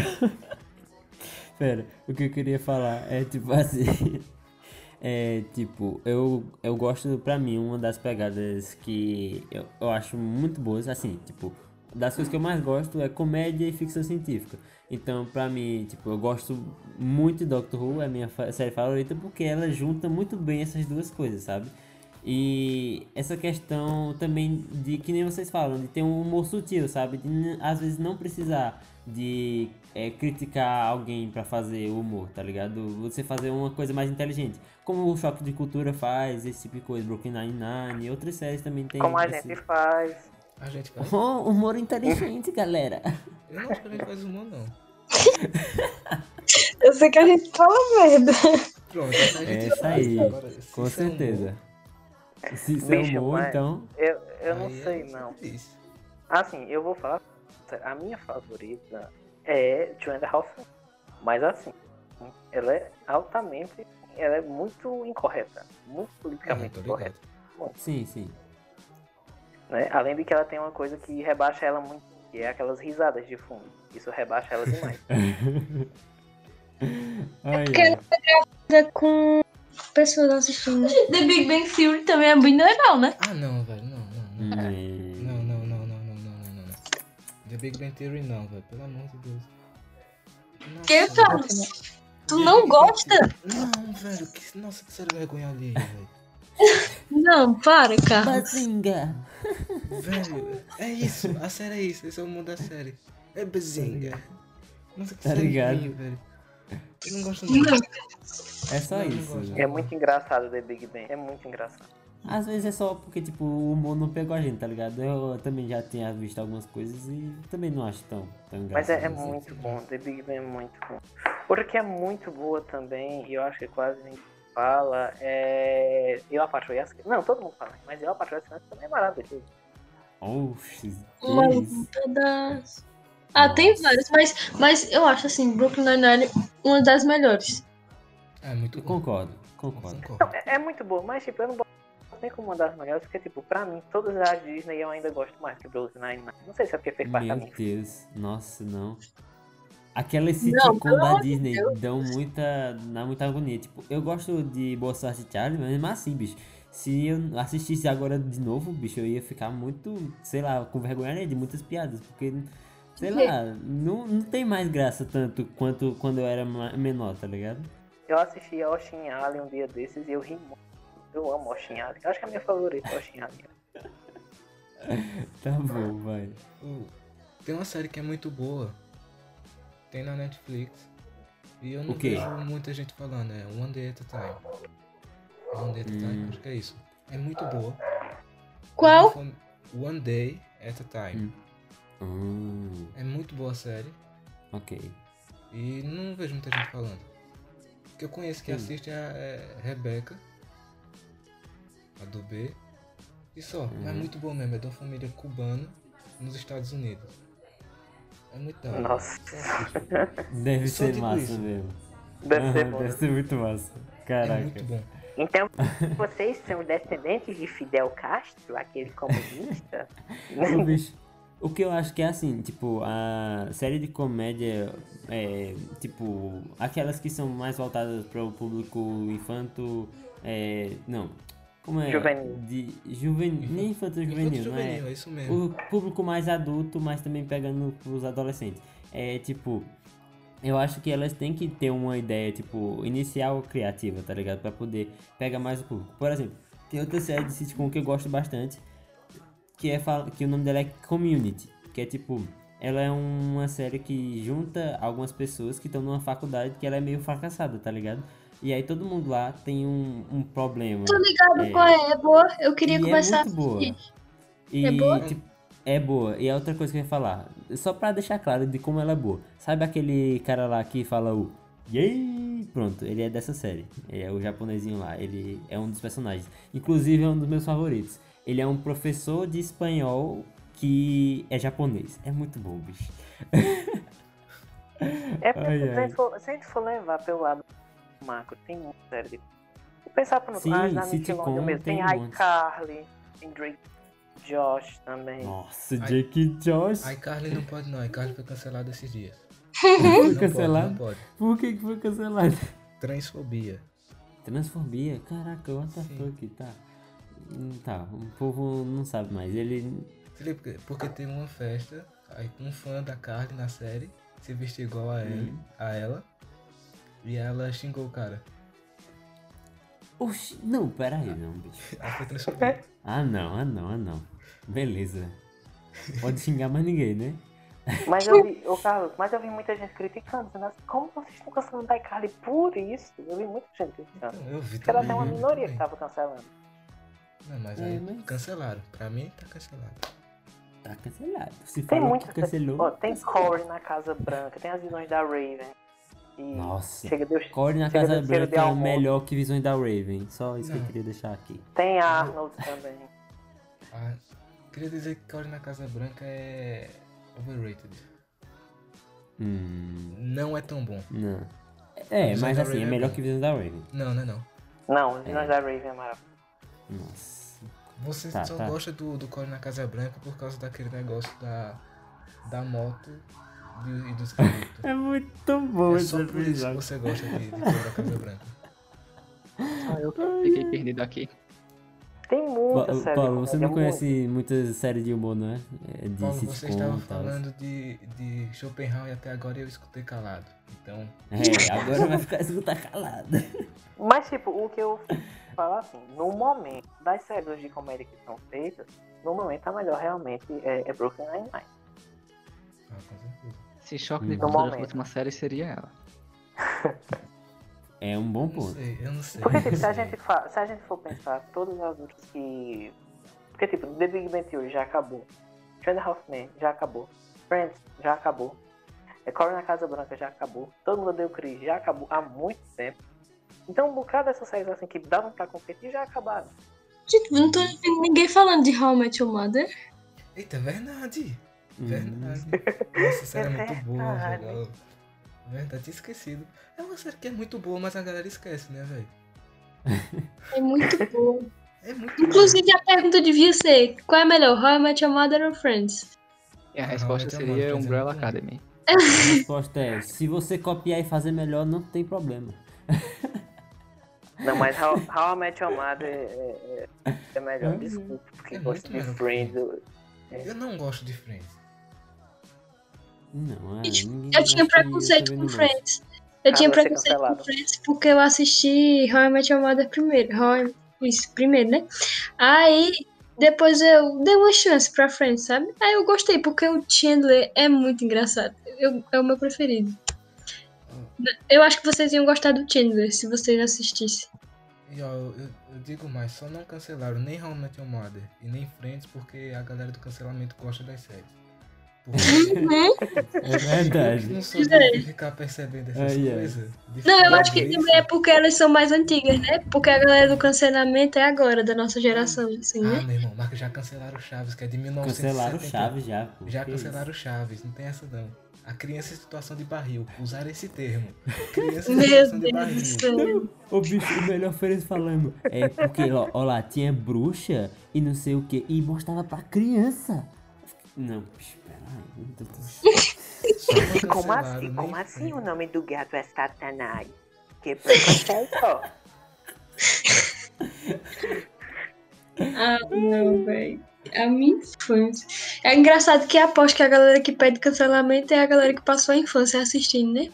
Pera, o que eu queria falar é tipo assim. É tipo, eu, eu gosto, pra mim, uma das pegadas que eu, eu acho muito boas, assim, tipo, das coisas que eu mais gosto é comédia e ficção científica. Então, pra mim, tipo, eu gosto muito de Doctor Who, é a minha fa- série favorita, porque ela junta muito bem essas duas coisas, sabe? E essa questão também de, que nem vocês falam, de ter um humor sutil, sabe? De n- às vezes não precisar de é, criticar alguém pra fazer o humor, tá ligado? Você fazer uma coisa mais inteligente. Como o Choque de Cultura faz, esse tipo de coisa, Brooklyn Nine-Nine e outras séries também tem Como a esse... gente faz. A gente faz. Oh, humor inteligente, galera. Eu não acho que a gente faz humor, não. Eu sei que a gente fala merda. Pronto, essa a gente Essa faz. aí, Agora, se com isso é humor, certeza. Se isso é Bicho, humor, mas- então... Eu, eu não aí sei, é não. difícil. Assim, eu vou falar. A minha favorita é Two and a Half Men. Mas assim, ela é altamente. Ela é muito incorreta. Muito Ah, politicamente tô ligado. incorreta. Sim, sim. Né? Além de que ela tem uma coisa que rebaixa ela muito, que é aquelas risadas de fundo. Isso rebaixa ela demais. Ai, Porque ai. é com pessoas assistindo. The Big Bang Theory também é bem legal, né? Ah, não, velho, não, não, não. Hum, Não, não, não, não, não, não, não, não, não. The Big Bang Theory não, velho, pelo amor de Deus. Nossa, Que, velho. Carlos? Tu The não Big Bang gosta? Theory- Não, velho, que... nossa, que sério vergonha ali, velho. Não, para, Carlos. Bazinga! Velho, é isso, a série é isso, esse é o mundo da série. É Bazinga. Nossa, que Tá série ligado? ruim, velho. Eu não gosto não. Não. É só Não, não isso. gosto. É muito engraçado The Big Bang. É muito engraçado. Às vezes é só porque, tipo, o humor não pegou a gente, tá ligado? Eu também já tinha visto algumas coisas e também não acho tão, tão Mas engraçado. é, é assim. muito bom. The Big Bang é muito bom. Outra que é muito boa também, e eu acho que quase ninguém fala, é. Eu a Patroa e as Crianças. Não, todo mundo fala, mas Eu a Patroa e as Crianças também é maravilhoso. Oxi, que Uma isso? das... Ah, tem Nossa. vários, mas, mas eu acho assim, Brooklyn Nine-Nine uma das melhores. É muito Eu bom. concordo, concordo. Não, é, é muito boa, mas tipo, eu não boto tem como uma das melhores, porque, tipo, pra mim, todas as Disney eu ainda gosto mais que Brooklyn Nine-Nine. Não sei se é porque fez parte da Meu minha. Deus, nossa, não. Aquelas Não, sitcom pelo da amor de Disney Deus. dão muita, dá muita agonia. Tipo, eu gosto de Boa Sorte Charlie, mas mesmo assim, bicho. Se eu assistisse agora de novo, bicho, eu ia ficar muito, sei lá, com vergonha né, de muitas piadas. Porque, sei lá, não, não tem mais graça tanto quanto quando eu era ma- menor, tá ligado? Eu assisti a Ocean Alley um dia desses e eu ri muito. Eu amo Ocean Alley. Eu acho que é a minha favorita, Ocean Alley. Tá bom, vai. Ô, tem uma série que é muito boa. Tem na Netflix. E eu não O quê? vejo muita gente falando, é One Day at a Time. One Day at a Time, Hum. acho que é isso. É muito boa. Qual? É uma fam- One Day at a Time. Hum, É muito boa a série. ok. E não vejo muita gente falando. O que eu conheço que Hum. assiste é a é Rebeca. A do B. E só. Mas é Uhum. muito boa mesmo. É de uma família cubana nos Estados Unidos. É muito da hora. Nossa. Só assiste. Deve Só ser digo massa isso. mesmo. Deve ser Aham, bom. deve ser muito massa. É Caraca. muito bom. Então, vocês são descendentes de Fidel Castro, aquele comunista? Ô, bicho, o que eu acho que é assim, tipo, a série de comédia, é, tipo, aquelas que são mais voltadas para o público infanto, é, não, como é? Juvenil. De, juvenil, nem infanto juvenil, Infanto não é? juvenil, é isso mesmo. O público mais adulto, mas também pegando os adolescentes. É, tipo, eu acho que elas têm que ter uma ideia, tipo, inicial criativa, tá ligado? Pra poder pegar mais o público. Por exemplo, tem outra série de sitcom que eu gosto bastante, que é fal- que o nome dela é Community, que é tipo, ela é uma série que junta algumas pessoas que estão numa faculdade que ela é meio fracassada, tá ligado? E aí todo mundo lá tem um, um problema. Tô ligado É, qual é, é boa. Eu queria e começar é a muito boa. assistir. E, É boa? tipo, é boa. E a outra coisa que eu ia falar, só pra deixar claro de como ela é boa. Sabe aquele cara lá que fala o Yay? Pronto, ele é dessa série. Ele é o japonesinho lá. Ele é um dos personagens. Inclusive é um dos meus favoritos. Ele é um professor de espanhol que é japonês. É muito bom, bicho. É porque Ai, se, a ai. gente for, se a gente for levar pelo lado macro, tem muita série de... Vou pensar por Sim, ah, na sitcom Nickelodeon mesmo. Tem, tem um monte. iCarly, tem Drake Josh também. Nossa, Ai. Jake e Josh. A iCarly não pode não, a iCarly foi cancelada esses dias. Foi Não cancelado? Pode, não pode. Por que que foi cancelado? Transfobia. Transfobia? Caraca, what the Sim. fuck, tá. Hum, Tá, o povo não sabe mais. Ele. Felipe, porque tem uma festa, aí um fã da Carly na série se vestiu igual a, ele, Hum. a ela e ela xingou o cara. Oxi, não, pera aí, não, bicho. Ela foi transfobia. Ah, não, ah, não, ah, não. Beleza. Pode xingar mais ninguém, né? Mas eu vi, ô Carlos, mas eu vi muita gente criticando, dizendo assim, como vocês estão cancelando a iCarly por isso? Eu vi muita gente criticando. Então, eu vi Porque era também. até uma eu vi minoria que também. tava cancelando. Não, mas É, aí mas- cancelaram. Pra mim tá cancelado. Tá cancelado. Se Tem falou muita que cancelou. Ó, tem cancelou. Corey na Casa Branca, tem as visões da Raven. E Nossa. chega Deus, Corey na chega Casa Deus, chega Branca de é almoço. melhor que Visões da Raven. Só isso que eu Não. queria deixar aqui. Tem Arnold também. Ah, queria dizer que Corey na Casa Branca é overrated. Hum. Não é tão bom. Não. É, Visões mas da assim, Raven é é melhor bom. que Visões da Raven. Não, não é não. Não, as visões da Raven é maravilhoso. Nossa. Você Tá, só tá. gosta do, do Corey na Casa Branca por causa daquele negócio da, da moto e, e dos cabritos. É muito bom É esse só por isso que episódio. você gosta de, de Corey na Casa Branca. Só eu que fiquei perdido aqui. Tem muita Pa- série. Paulo, de você não comédia, conhece muitas séries de humor, não é? É de Paulo, você sitcom estava e tal. falando de, de Schopenhauer e até agora eu escutei calado. Então, É, agora vai ficar escutar calado. muito. Mas, tipo, o que eu falo assim, no momento, das séries de comédia que são feitas, no momento a melhor realmente é, é Brooklyn Nine-Nine. ah, com certeza. Se Choque de Hum. Cultura momento. fosse uma série, seria ela. É um bom Eu não ponto. sei, eu não sei. Porque, eu tipo, não se a, sei. gente fa... se a gente for pensar, todas as outras que... Porque, tipo, The Big Bang Theory já acabou. Two and a Half Men já acabou. Friends já acabou. É Corey na Casa Branca já acabou. Todo Mundo Odeia o Chris já acabou há muito tempo. Então, um bocado dessas séries assim que davam pra competir já acabaram. Gente, não tô vendo ninguém falando de How I Met Your Mother. Eita, verdade. Hum. Verdade. Nossa, série é, É muito boa, verdade. velho. Verdade, tinha esquecido. É uma série que é muito boa, mas a galera esquece, né, velho? É muito boa. É muito Inclusive, a pergunta devia ser: qual é melhor, How I Met Your Mother ou Friends? E a Não, resposta mas é seria uma- Umbrella é muito Academy. A resposta é, se você copiar e fazer melhor, não tem problema. Não, mas How, How I Met Your Mother é, é, é melhor. Uhum. Desculpa, porque É gosto muito de melhor que Friends. eu- Eu não gosto de Friends. Não, é, Eu ninguém, tinha acho que eu preconceito também com não gosto. Friends. Eu Ah, tinha vai ser preconceito com cancelado. Friends porque eu assisti How I Met Your Mother primeiro. How I... Isso, primeiro, né? Aí, depois eu dei uma chance pra Friends, sabe? Aí eu gostei, porque o Chandler é muito engraçado. Eu, é o meu preferido. Eu acho que vocês iam gostar do Chandler, se vocês assistissem. E ó, eu, eu- eu digo mais, só não cancelaram nem How I Met Your Mother e nem Friends porque a galera do cancelamento gosta das séries. Porque É verdade. eu não sou de ficar percebendo essas Ai, ai. coisas. de Não, eu ficar acho que vendo também é isso. porque elas são mais antigas, né? Porque a galera do cancelamento é agora, da nossa geração, assim, Ah, né? meu irmão, mas já cancelaram o Chaves, que é de mil novecentos e setenta. Cancelaram Chaves já, pô. Já que cancelaram o isso? Chaves, não tem essa não. A criança em situação de barril, usaram esse termo. Criança em Meu situação de Deus do barril. céu. Ô bicho, o melhor foi eles falando. É porque, ó, ó lá, tinha bruxa e não sei o que. E mostrava pra criança. Não, bicho, peraí. Meu Deus do céu. Só não Como cancelaram, assim? nem Como assim Friends. o nome do gato é Satanás? Que preconceito, ó. Ah, não, velho. A minha infância. É engraçado que aposto que a galera que pede cancelamento é a galera que passou a infância assistindo, né?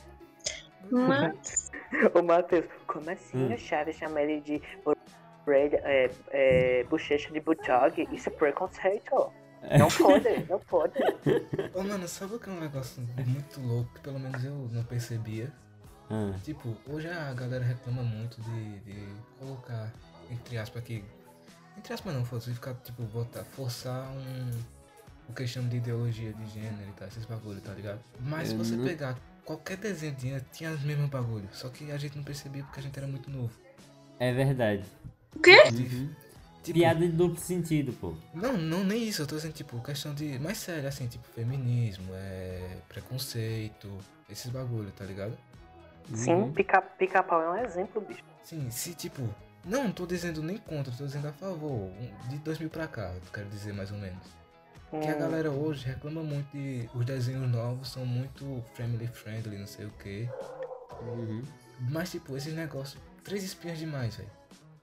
Mas. Ô, Matheus, como assim Hum. o Chaves chama ele de orelha, é, é, bochecha de butog? Isso é preconceito, ó. Não pode, não pode. Ô, mano, sabe o que é um negócio muito louco que pelo menos eu não percebia? Ah, Tipo, hoje a galera reclama muito de, de colocar, entre aspas, aqui. Entre aspas não, fosse ficar, tipo, botar, forçar um. O que chama de ideologia de gênero e tal, esses bagulho, tá ligado? Mas se Eu você não- pegar qualquer desenho tinha, tinha os mesmos bagulho, só que a gente não percebia porque a gente era muito novo. é verdade. O quê? Uhum. Tipo, Piada de duplo sentido, pô. Não, não, nem isso, eu tô dizendo, tipo, questão de. Mais sério, assim, tipo, feminismo, é. Preconceito, esses bagulho, tá ligado? Sim, Uhum. pica- pica-pau é um exemplo, bicho. Sim, se tipo. Não, não tô dizendo nem contra, tô dizendo a favor. um- De dois mil pra cá, eu quero dizer mais ou menos. Que a Hum, galera hoje reclama muito de. Os desenhos novos são muito family friendly, não sei o que. Uhum. Mas tipo, esses negócios. Três espinhas demais, velho.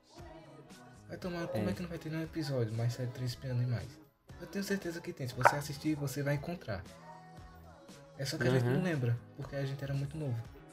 Vai tomar. Como É. é que não vai ter nenhum episódio? Mais série três espinhas demais. Eu tenho certeza que tem. Se você assistir, você vai encontrar. É só que a gente Uhum. não lembra, porque a gente era muito novo.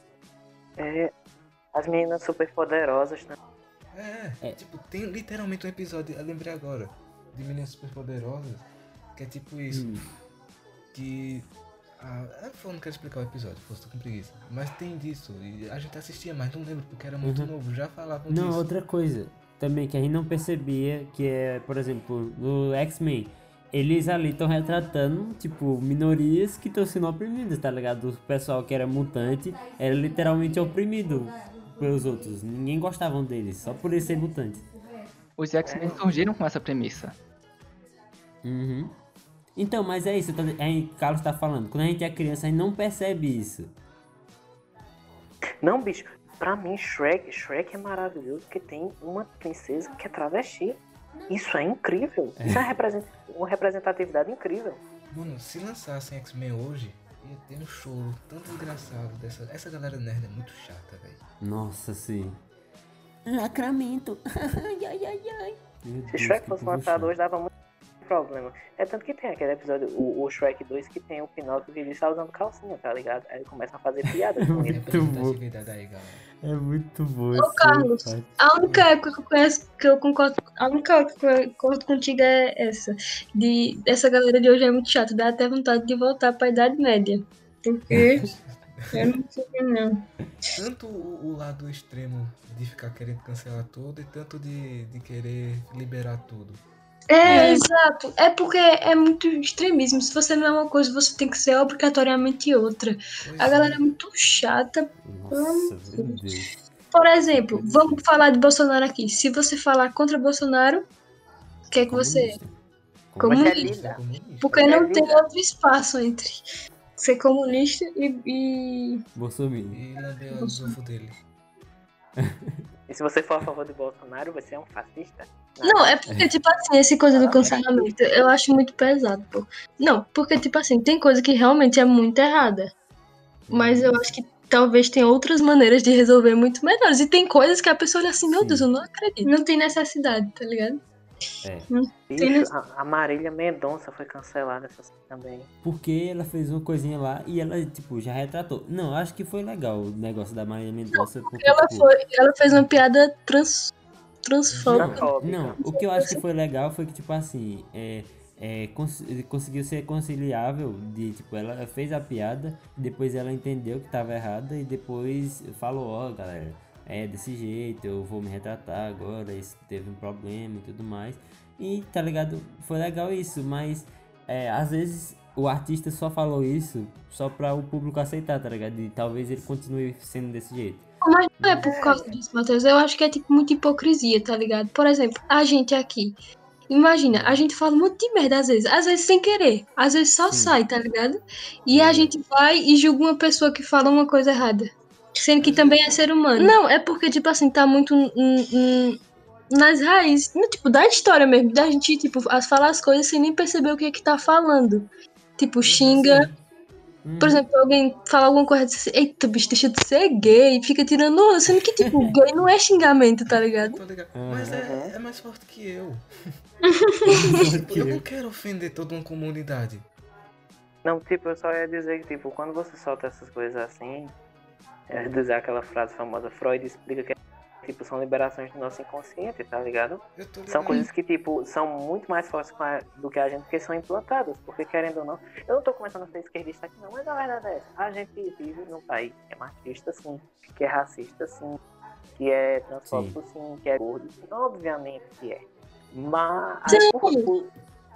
é, as meninas super poderosas, né? É, É. tipo, tem literalmente um episódio, eu lembrei agora, de Meninas Superpoderosas, que é tipo isso, Hum. que... Ah, eu não quero explicar o episódio, fosse tô com preguiça. Mas tem disso, e a gente assistia, mas não lembro porque era muito Uhum. novo, já falavam Não, disso. outra coisa também que a gente não percebia, que é, por exemplo, no X-Men, eles ali estão retratando, tipo, minorias que estão sendo oprimidas, tá ligado? O pessoal que era mutante era literalmente oprimido pelos outros. Ninguém gostava deles, só por eles serem mutantes. Os X-Men surgiram com essa premissa. Uhum. Então, mas é isso, tá, aí o Carlos tá falando. Quando a gente é criança, a gente não percebe isso. Não, bicho, pra mim Shrek, Shrek é maravilhoso porque tem uma princesa que é travesti. Isso é incrível. Isso é uma represent- uma representatividade incrível. Mano, se lançassem X-Men hoje, ia ter um choro tão desgraçado dessa... Essa galera nerd é muito chata, velho. Nossa, sim. Lacramento. ai, ai, ai, ai. Meu Se Deus, Shrek que fosse povo lançado chato. hoje, dava muito problema. É tanto que tem aquele episódio, o, o Shrek dois, que tem o Pinóquio que ele está usando calcinha, tá ligado? Aí ele começa a fazer piada com ele. Muito bom. Representatividade aí, galera. É muito bom Ô, esse Carlos, parte. a única época que eu conheço, que eu concordo, a única época que eu concordo contigo é essa. De, essa galera de hoje é muito chata, dá até vontade de voltar pra Idade Média. Porque eu não sei não. Tanto o, o lado extremo de ficar querendo cancelar tudo e tanto de, de querer liberar tudo. É, exato. É porque é muito extremismo. Se você não é uma coisa, você tem que ser obrigatoriamente outra. Pois A é. galera é muito chata. Nossa, meu Deus. Por exemplo, vamos falar de Bolsonaro aqui. Se você falar contra Bolsonaro, o que é que você é? Comunista. Comunista. Você é Você é linda. comunista. Porque É não tem linda. outro espaço entre ser comunista e, e Bolsonaro. E lamber os ovos dele. E se você for a favor do Bolsonaro, você é um fascista? Não, é porque, tipo assim, esse coisa do cancelamento, eu acho muito pesado, pô. Não, porque, tipo assim, tem coisa que realmente é muito errada. Mas eu acho que talvez tenha outras maneiras de resolver muito melhores. E tem coisas que a pessoa olha assim, meu Sim. Deus, eu não acredito. Não tem necessidade, tá ligado? É. Não tem Bicho, necessidade. a, a Marília Mendonça foi cancelada essa também. Porque ela fez uma coisinha lá e ela, tipo, já retratou. Não, acho que foi legal o negócio da Marília Mendonça. Porque, Ela, tipo, foi, ela fez uma piada trans, transfóbica. Transfóbica. Não, o que eu acho que foi legal foi que, tipo assim, é, é, cons- conseguiu ser conciliável de, tipo, ela fez a piada, depois ela entendeu que tava errada e depois falou, ó, galera, é desse jeito, eu vou me retratar agora, isso teve um problema e tudo mais. E, tá ligado, foi legal isso, mas é, às vezes o artista só falou isso só pra o público aceitar, tá ligado? E talvez ele continue sendo desse jeito. Mas não é por causa disso, Matheus. Eu acho que é tipo muita hipocrisia, tá ligado? Por exemplo, a gente aqui. Imagina, a gente fala um monte de merda às vezes. Às vezes sem querer. Às vezes só Sim. sai, tá ligado? E a É. gente vai e julga uma pessoa que fala uma coisa errada. Sendo que também é ser humano. Não, é porque, tipo assim, tá muito hum, hum, nas raízes, no, tipo, da história mesmo. Da gente, tipo, as, falar as coisas sem nem perceber o que é que tá falando. Tipo, xinga. Hum, Por exemplo, alguém fala alguma coisa assim, eita, bicho, deixa de ser gay, fica tirando onda, sendo que, tipo, gay não é xingamento, tá ligado? Tô ligado. Aham. Mas é, é mais forte que eu. porque- Eu não quero ofender toda uma comunidade. Não, tipo, eu só ia dizer que, tipo, quando você solta essas coisas assim, é dizer aquela frase famosa, Freud explica que, tipo, são liberações do nosso inconsciente, tá ligado? Eu tô ligado. São coisas que, tipo, são muito mais fortes com a- do que a gente, porque são implantadas, porque querendo ou não, eu não tô começando a ser esquerdista aqui não, mas a verdade é essa, a gente vive num país que é machista sim, que é racista sim, que é transfóbico sim, que é gordo sim, obviamente que é. Mas, aí, por, por,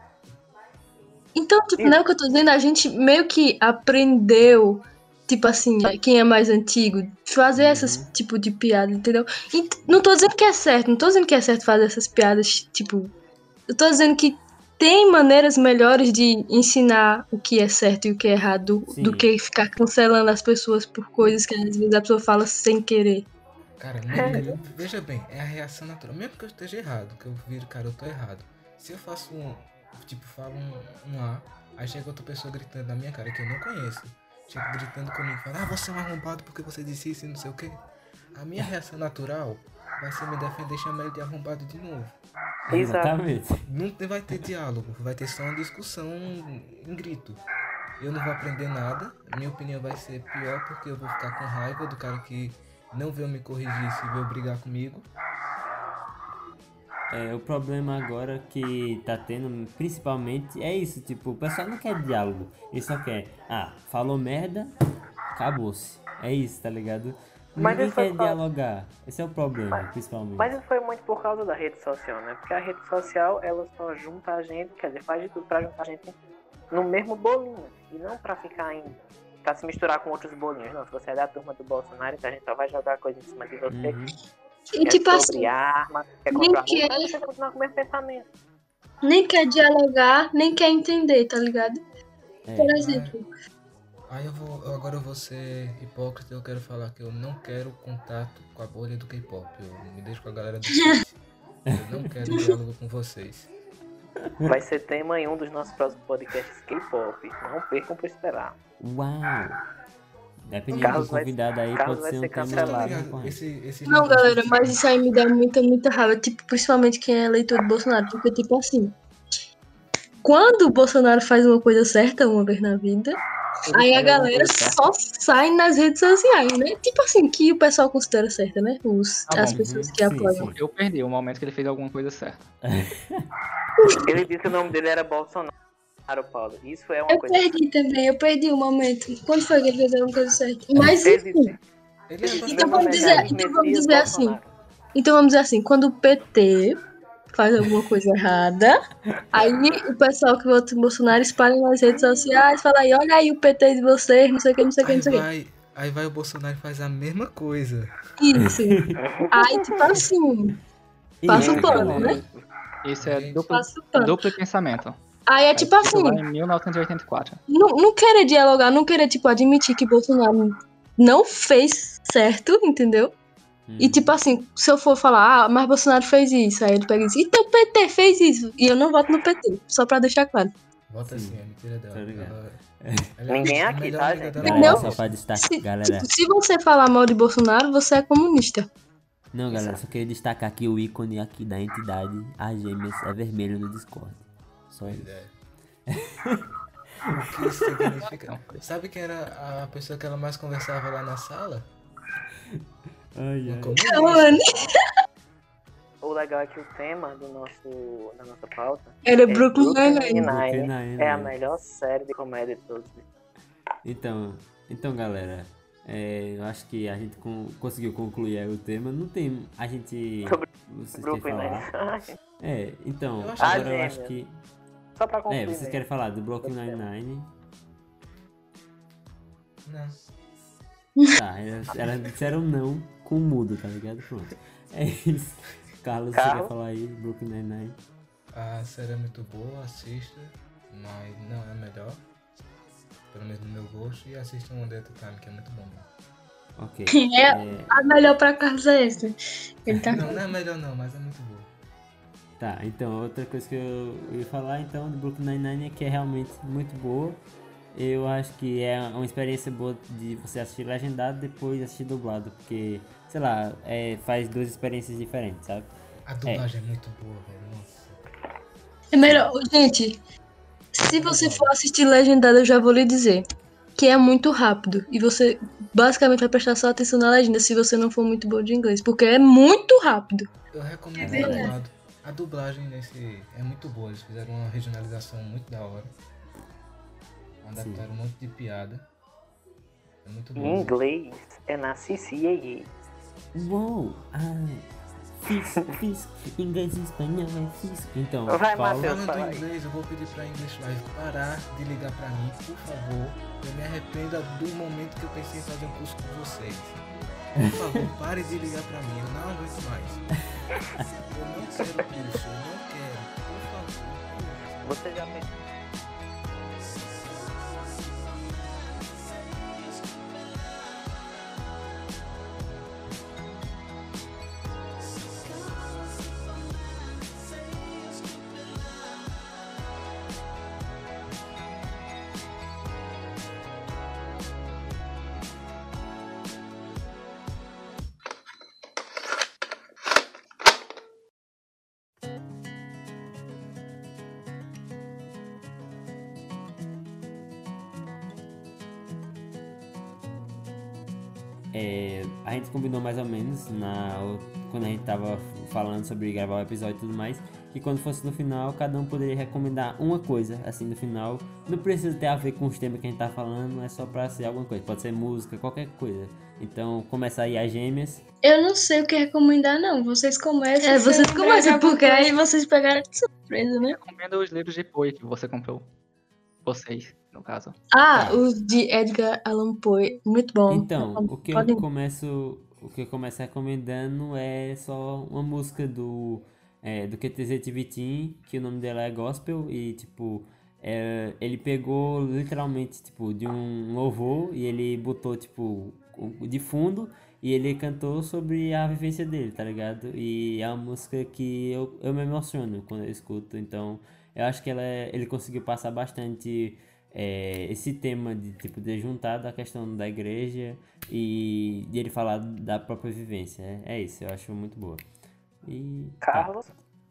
Então, tipo, não é o que eu tô dizendo, a gente meio que aprendeu, tipo assim, quem é mais antigo, fazer Uhum. esses tipo de piada, entendeu? E t- não tô dizendo que é certo, não tô dizendo que é certo fazer essas piadas, tipo, eu tô dizendo que tem maneiras melhores de ensinar o que é certo e o que é errado Sim. do que ficar cancelando as pessoas por coisas que às vezes a pessoa fala sem querer. Cara, não, veja bem, é a reação natural. Mesmo que eu esteja errado, que eu viro, cara, eu tô errado. Se eu faço um, tipo, falo um, um A, aí chega outra pessoa gritando na minha cara que eu não conheço. Chega gritando comigo, fala, ah, você é um arrombado porque você disse isso e não sei o quê. A minha reação natural vai ser me defender e chamar ele de arrombado de novo. Exatamente. Não te- vai ter diálogo, vai ter só uma discussão em grito. Eu não vou aprender nada, minha opinião vai ser pior porque eu vou ficar com raiva do cara que não veio me corrigir se veio brigar comigo. É, o problema agora que tá tendo, principalmente, é isso, tipo, o pessoal não quer diálogo, ele só quer, ah, falou merda, acabou-se. É isso, tá ligado? Mas Ninguém isso foi quer por causa- dialogar, esse é o problema, Mas- principalmente. mas isso foi muito por causa da rede social, né? Porque a rede social, ela só junta a gente, quer dizer, faz de tudo pra juntar a gente no mesmo bolinho, e não pra ficar em... pra se misturar com outros bolinhos, não. Se você é da turma do Bolsonaro, então a gente só vai jogar coisa em cima de você, Uhum. E é tipo sobre assim, arma, quer nem comprar quer- roupa, aí você vai continuar com o mesmo pensamento. nem quer dialogar, nem quer entender, tá ligado? É. Por exemplo, Aí eu vou, eu- agora eu vou ser hipócrita, eu quero falar que eu não quero contato com a bolha do K-pop. Eu me deixo com a galera do Face. Eu não quero diálogo com vocês. Vai ser tema em um dos nossos próximos podcasts K-pop. Não percam por esperar. Uau! Dependendo Carlos do vai- convidado aí, Carlos pode vai ser um ser tema cancelado. bem concorrente. Esse, esse não, livro- galera, mas isso aí me dá muita, muita raiva. Tipo, principalmente quem é eleitor do Bolsonaro. Porque, tipo assim, quando o Bolsonaro faz uma coisa certa uma vez na vida, aí a galera só sai nas redes sociais, né? Tipo assim, que o pessoal considera certa, né? Os, Tá as bom. pessoas Uhum, que sim, apoiam. sim. Eu perdi o momento que ele fez alguma coisa certa. Ele disse que o nome dele era Bolsonaro, Paulo. Isso é uma Eu coisa... perdi também, eu perdi o momento. Quando foi que ele fez alguma coisa certa? Mas Ele enfim. disse, Ele é Então meu vamos nome é dizer- Jair então vamos Messias dizer assim. Bolsonaro. Então vamos dizer assim, quando o P T faz alguma coisa errada, aí o pessoal que vota no Bolsonaro espalha nas redes sociais, fala aí, olha aí o P T de vocês, não sei o que, não sei o que, Aí não sei o que. vai, aí vai o Bolsonaro e faz a mesma coisa. Isso. Aí, tipo assim, passa o E, pano, galera, né? Isso é Gente. duplo, Passa o pano. duplo pensamento. Aí é tipo Isso assim, lá em mil novecentos e oitenta e quatro. não, não querer dialogar, não querer, tipo, admitir que Bolsonaro não fez certo, entendeu? E tipo assim, se eu for falar, ah, mas Bolsonaro fez isso, aí ele pega e diz, então o P T fez isso. E eu não voto no P T, só pra deixar claro. Vota Sim, sim, é mentira dela. tô ligado. Ela, ela Ninguém é a aqui, melhor tá, amiga gente? dela. Galera, Entendeu? só pra destacar, Se, galera. tipo, se você falar mal de Bolsonaro, você é comunista. Não, galera, só queria destacar que o ícone aqui da entidade, as gêmeas, é vermelho no Discord. Só Pois isso. é. O que isso significa? Sabe quem era a pessoa que ela mais conversava lá na sala? Ai, Uma ai. comunista. O legal é que o tema do nosso, da nossa pauta Era é Brooklyn Nine-Nine. Brooklyn Nine-Nine. Nine-Nine. É a melhor série de comédia de todos. Então, então galera, é, eu acho que a gente con- conseguiu concluir aí o tema. Não tem. A gente. Sobre Vocês querem Brooklyn falar? Nine-Nine. É, então, Eu acho agora que- eu Ah, acho que. Só pra É, concluir vocês mesmo. querem falar do Brooklyn Nine-Nine? Não. Tá, elas, elas disseram não com mudo, tá ligado? Pronto. É isso. Carlos, você Carlos? quer falar aí, Brooklyn Nine-Nine? A série é muito boa, assista, mas não é a melhor. Pelo menos no meu gosto. E assista um Day at a Time, que é muito bom. Ok. É, É, a melhor pra Carlos é essa. Ele tá Não, não é a melhor não, mas é muito boa. tá, então, outra coisa que eu ia falar então do Brooklyn Nine-Nine é que é realmente muito boa. Eu acho que é uma experiência boa de você assistir legendado depois assistir dublado, porque, sei lá, é, faz duas experiências diferentes, sabe? A dublagem é, muito boa, velho. Nossa. É melhor, gente, se você for assistir legendado, eu já vou lhe dizer que é muito rápido. E você basicamente vai prestar só atenção na legenda se você não for muito bom de inglês, porque é muito rápido. Eu recomendo É o verdade. dublado. A dublagem nesse é muito boa. Eles fizeram uma regionalização muito da hora. Adaptaram um monte de piada. É muito bom. Em inglês é na C C A Uou! Ah, físico, físico, inglês e espanhol é físico. Então, Vai, Paulo, Matheus. Falando fala do aí. inglês, eu vou pedir pra English Live parar de ligar pra mim, por favor. Eu me arrependo do momento que eu pensei em fazer um curso com vocês. Por favor, pare de ligar pra mim, eu não aguento mais. Eu não quero curso, eu não quero. Por favor. Você já fez. é, a gente combinou mais ou menos na, quando a gente tava falando sobre gravar o episódio e tudo mais, que quando fosse no final, cada um poderia recomendar uma coisa, assim, no final. Não precisa ter a ver com os temas que a gente tá falando, é só pra ser alguma coisa. Pode ser música, qualquer coisa. Então, começa aí as gêmeas. Eu não sei o que recomendar, não. Vocês começam. É, se eu vocês lembrar começam, de alguma porque coisa- aí vocês pegaram de surpresa, né? Recomendo os livros de Poe que você comprou. Vocês, no caso. Ah, Tá. os de Edgar Allan Poe. Muito bom. Então, o que eu Podem- começo, o que eu começo recomendando é só uma música do é, do Q T Z T V Team, que o nome dela é Gospel e tipo é, ele pegou literalmente tipo de um louvor e ele botou tipo de fundo e ele cantou sobre a vivência dele, tá ligado? E é uma música que eu, eu me emociono quando eu escuto, então eu acho que ela é- ele conseguiu passar bastante é, esse tema de tipo de juntar da questão da igreja e de ele falar da própria vivência. É, é isso, eu acho muito boa. E tá. Carlos.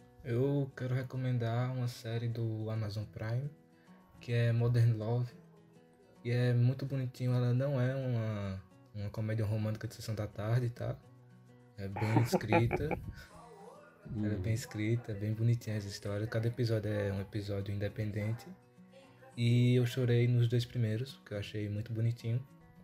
Eu quero recomendar uma série do Amazon Prime, que é Modern Love. E é muito bonitinho, ela não é uma, uma comédia romântica de sessão da tarde, tá? É bem escrita. Ela é bem escrita, bem bonitinha essa história. Cada episódio é um episódio independente. E eu chorei nos dois primeiros, que eu achei muito bonitinho.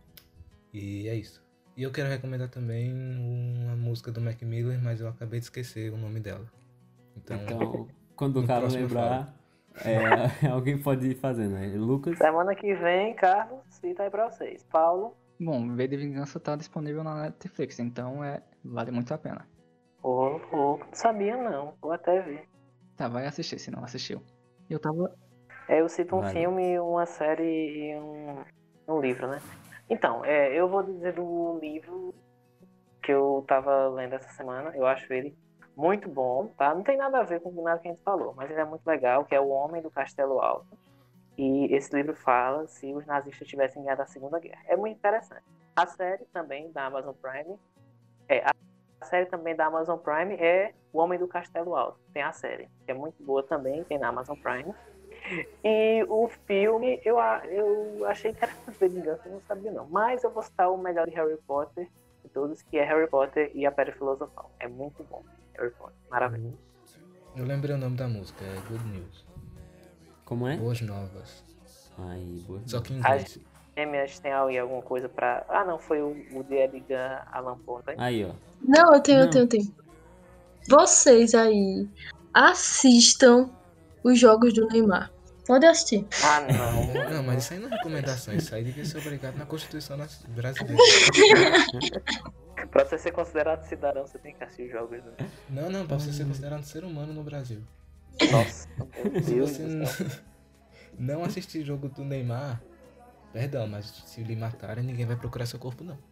E é isso. E eu quero recomendar também uma música do Mac Miller, mas eu acabei de esquecer o nome dela. Então, Então, quando o no Carlos próximo eu lembrar, é, alguém pode ir fazendo, né? Lucas? Semana que vem, Carlos, cita aí pra vocês. Paulo. Bom, V de Vingança tá disponível na Netflix, então é, vale muito a pena. Ô, louco, não sabia não. Vou até ver. Tá, vai assistir se não assistiu. Eu tava. É, eu cito um Vale. filme, uma série e um, um livro, né? Então, é, eu vou dizer do livro que eu tava lendo essa semana. Eu acho ele muito bom, tá? Não tem nada a ver com nada que a gente falou, mas ele é muito legal, que é O Homem do Castelo Alto. E esse livro fala se os nazistas tivessem ganhado a Segunda Guerra. É muito interessante. A série também da Amazon Prime, é, a série também da Amazon Prime é O Homem do Castelo Alto. Tem a série, que é muito boa também, tem na Amazon Prime. E o filme, eu, eu achei interessante ver Vingança, eu não sabia não. Mas eu vou citar o melhor de Harry Potter de todos, que é Harry Potter e a Pedra Filosofal. É muito bom, Harry Potter, maravilhoso. Eu lembrei o nome da música, é Good News. Como é? Boas Novas. Ai, boa. Só que em As inglês. gêmeas tem aí alguma coisa pra... Ah, não, foi o, o de Edgar Allan Poe, né? Aí, ó. Não, eu tenho, Não. eu tenho, eu tenho. Vocês aí assistam os jogos do Neymar. Pode assistir. Ah, não. Não, mas isso aí não é recomendação, isso aí devia ser obrigado na Constituição nas- brasileira. Pra você ser considerado cidadão, você tem que assistir os jogos, né? Não, não, pra você ser considerado ser humano no Brasil. Nossa, meu Se Deus você do n- céu. não assistir jogo do Neymar, perdão, mas se lhe matarem, ninguém vai procurar seu corpo, não.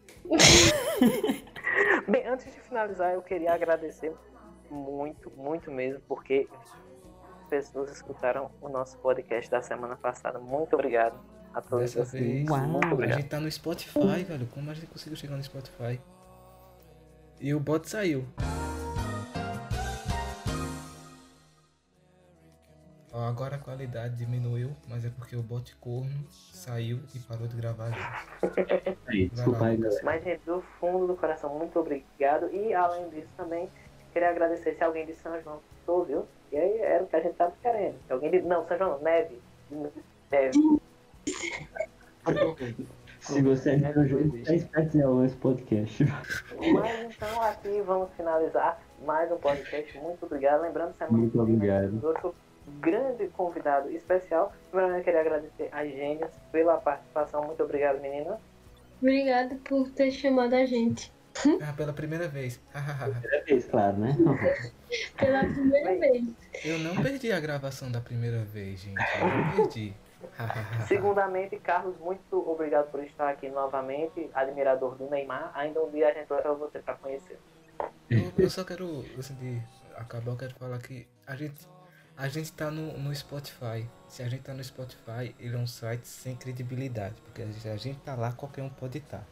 Bem, antes de finalizar, eu queria agradecer muito, muito mesmo, porque pessoas escutaram o nosso podcast da semana passada. Muito obrigado a todos Dessa vocês. vez, Uau. Muito a obrigado. gente tá no Spotify, velho. Como a gente conseguiu chegar no Spotify? E o bot saiu. Ó, agora a qualidade diminuiu, mas é porque o bot corno saiu e parou de gravar a gente. Aí, desculpa aí, galera. Mas, gente, do fundo do coração, muito obrigado. E, além disso, também queria agradecer se alguém de São João ouviu. E aí era o que a gente tava querendo. Se alguém de... Não, São João, neve. Neve. Se você é meu jogo, tá especial nesse podcast. Mas, então, aqui vamos finalizar mais um podcast. Muito obrigado. Lembrando, semana Muito que vem, nós obrigado. temos outro grande convidado especial. Primeiramente, eu queria agradecer às gêmeas pela participação. Muito obrigado, menina. Obrigada por ter chamado a gente. Ah, pela primeira vez. Primeira vez, claro, né? Pela primeira vez. Eu não perdi a gravação da primeira vez, gente. Eu não perdi. Segundamente, Carlos, muito obrigado por estar aqui novamente. Admirador do Neymar. Ainda um dia a gente vai pra você para conhecer. Eu, eu só quero, assim, de acabar, eu quero falar que a gente, a gente tá no, no Spotify. Se a gente tá no Spotify, ele é um site sem credibilidade. Porque a gente, a gente tá lá, qualquer um pode estar.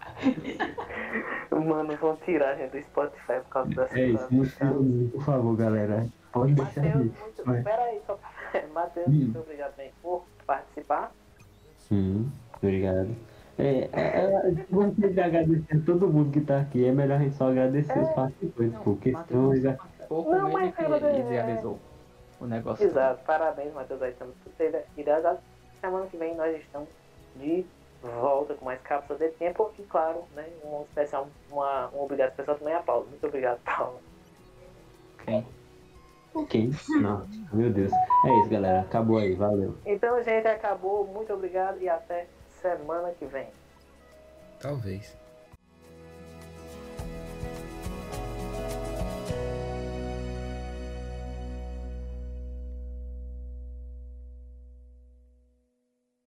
Mano, vão tirar a gente do Spotify por causa dessa É isso, não tira, por favor, galera. Pode deixar Matheus, aí. muito... Vai. Pera aí, só pra... Matheus, Hum. muito obrigado também por participar. Sim, obrigado. É, é, gostaria de agradecer a todo mundo que tá aqui. É melhor a gente só agradecer os participantes, porque senão Matheus já... pouco Não, ele mas que ela é- idealizou o negócio. Exato, parabéns, Matheus. Aí estamos tudo idealizados. Semana que vem nós estamos de volta com mais cápsulas de tempo. E claro, né, um especial, uma, um obrigado especial também a Paulo. Muito obrigado, Paulo. Quem? Quem? Não, meu Deus. É isso, galera. Acabou aí, valeu. Então, gente, acabou. Muito obrigado e até semana que vem. Talvez.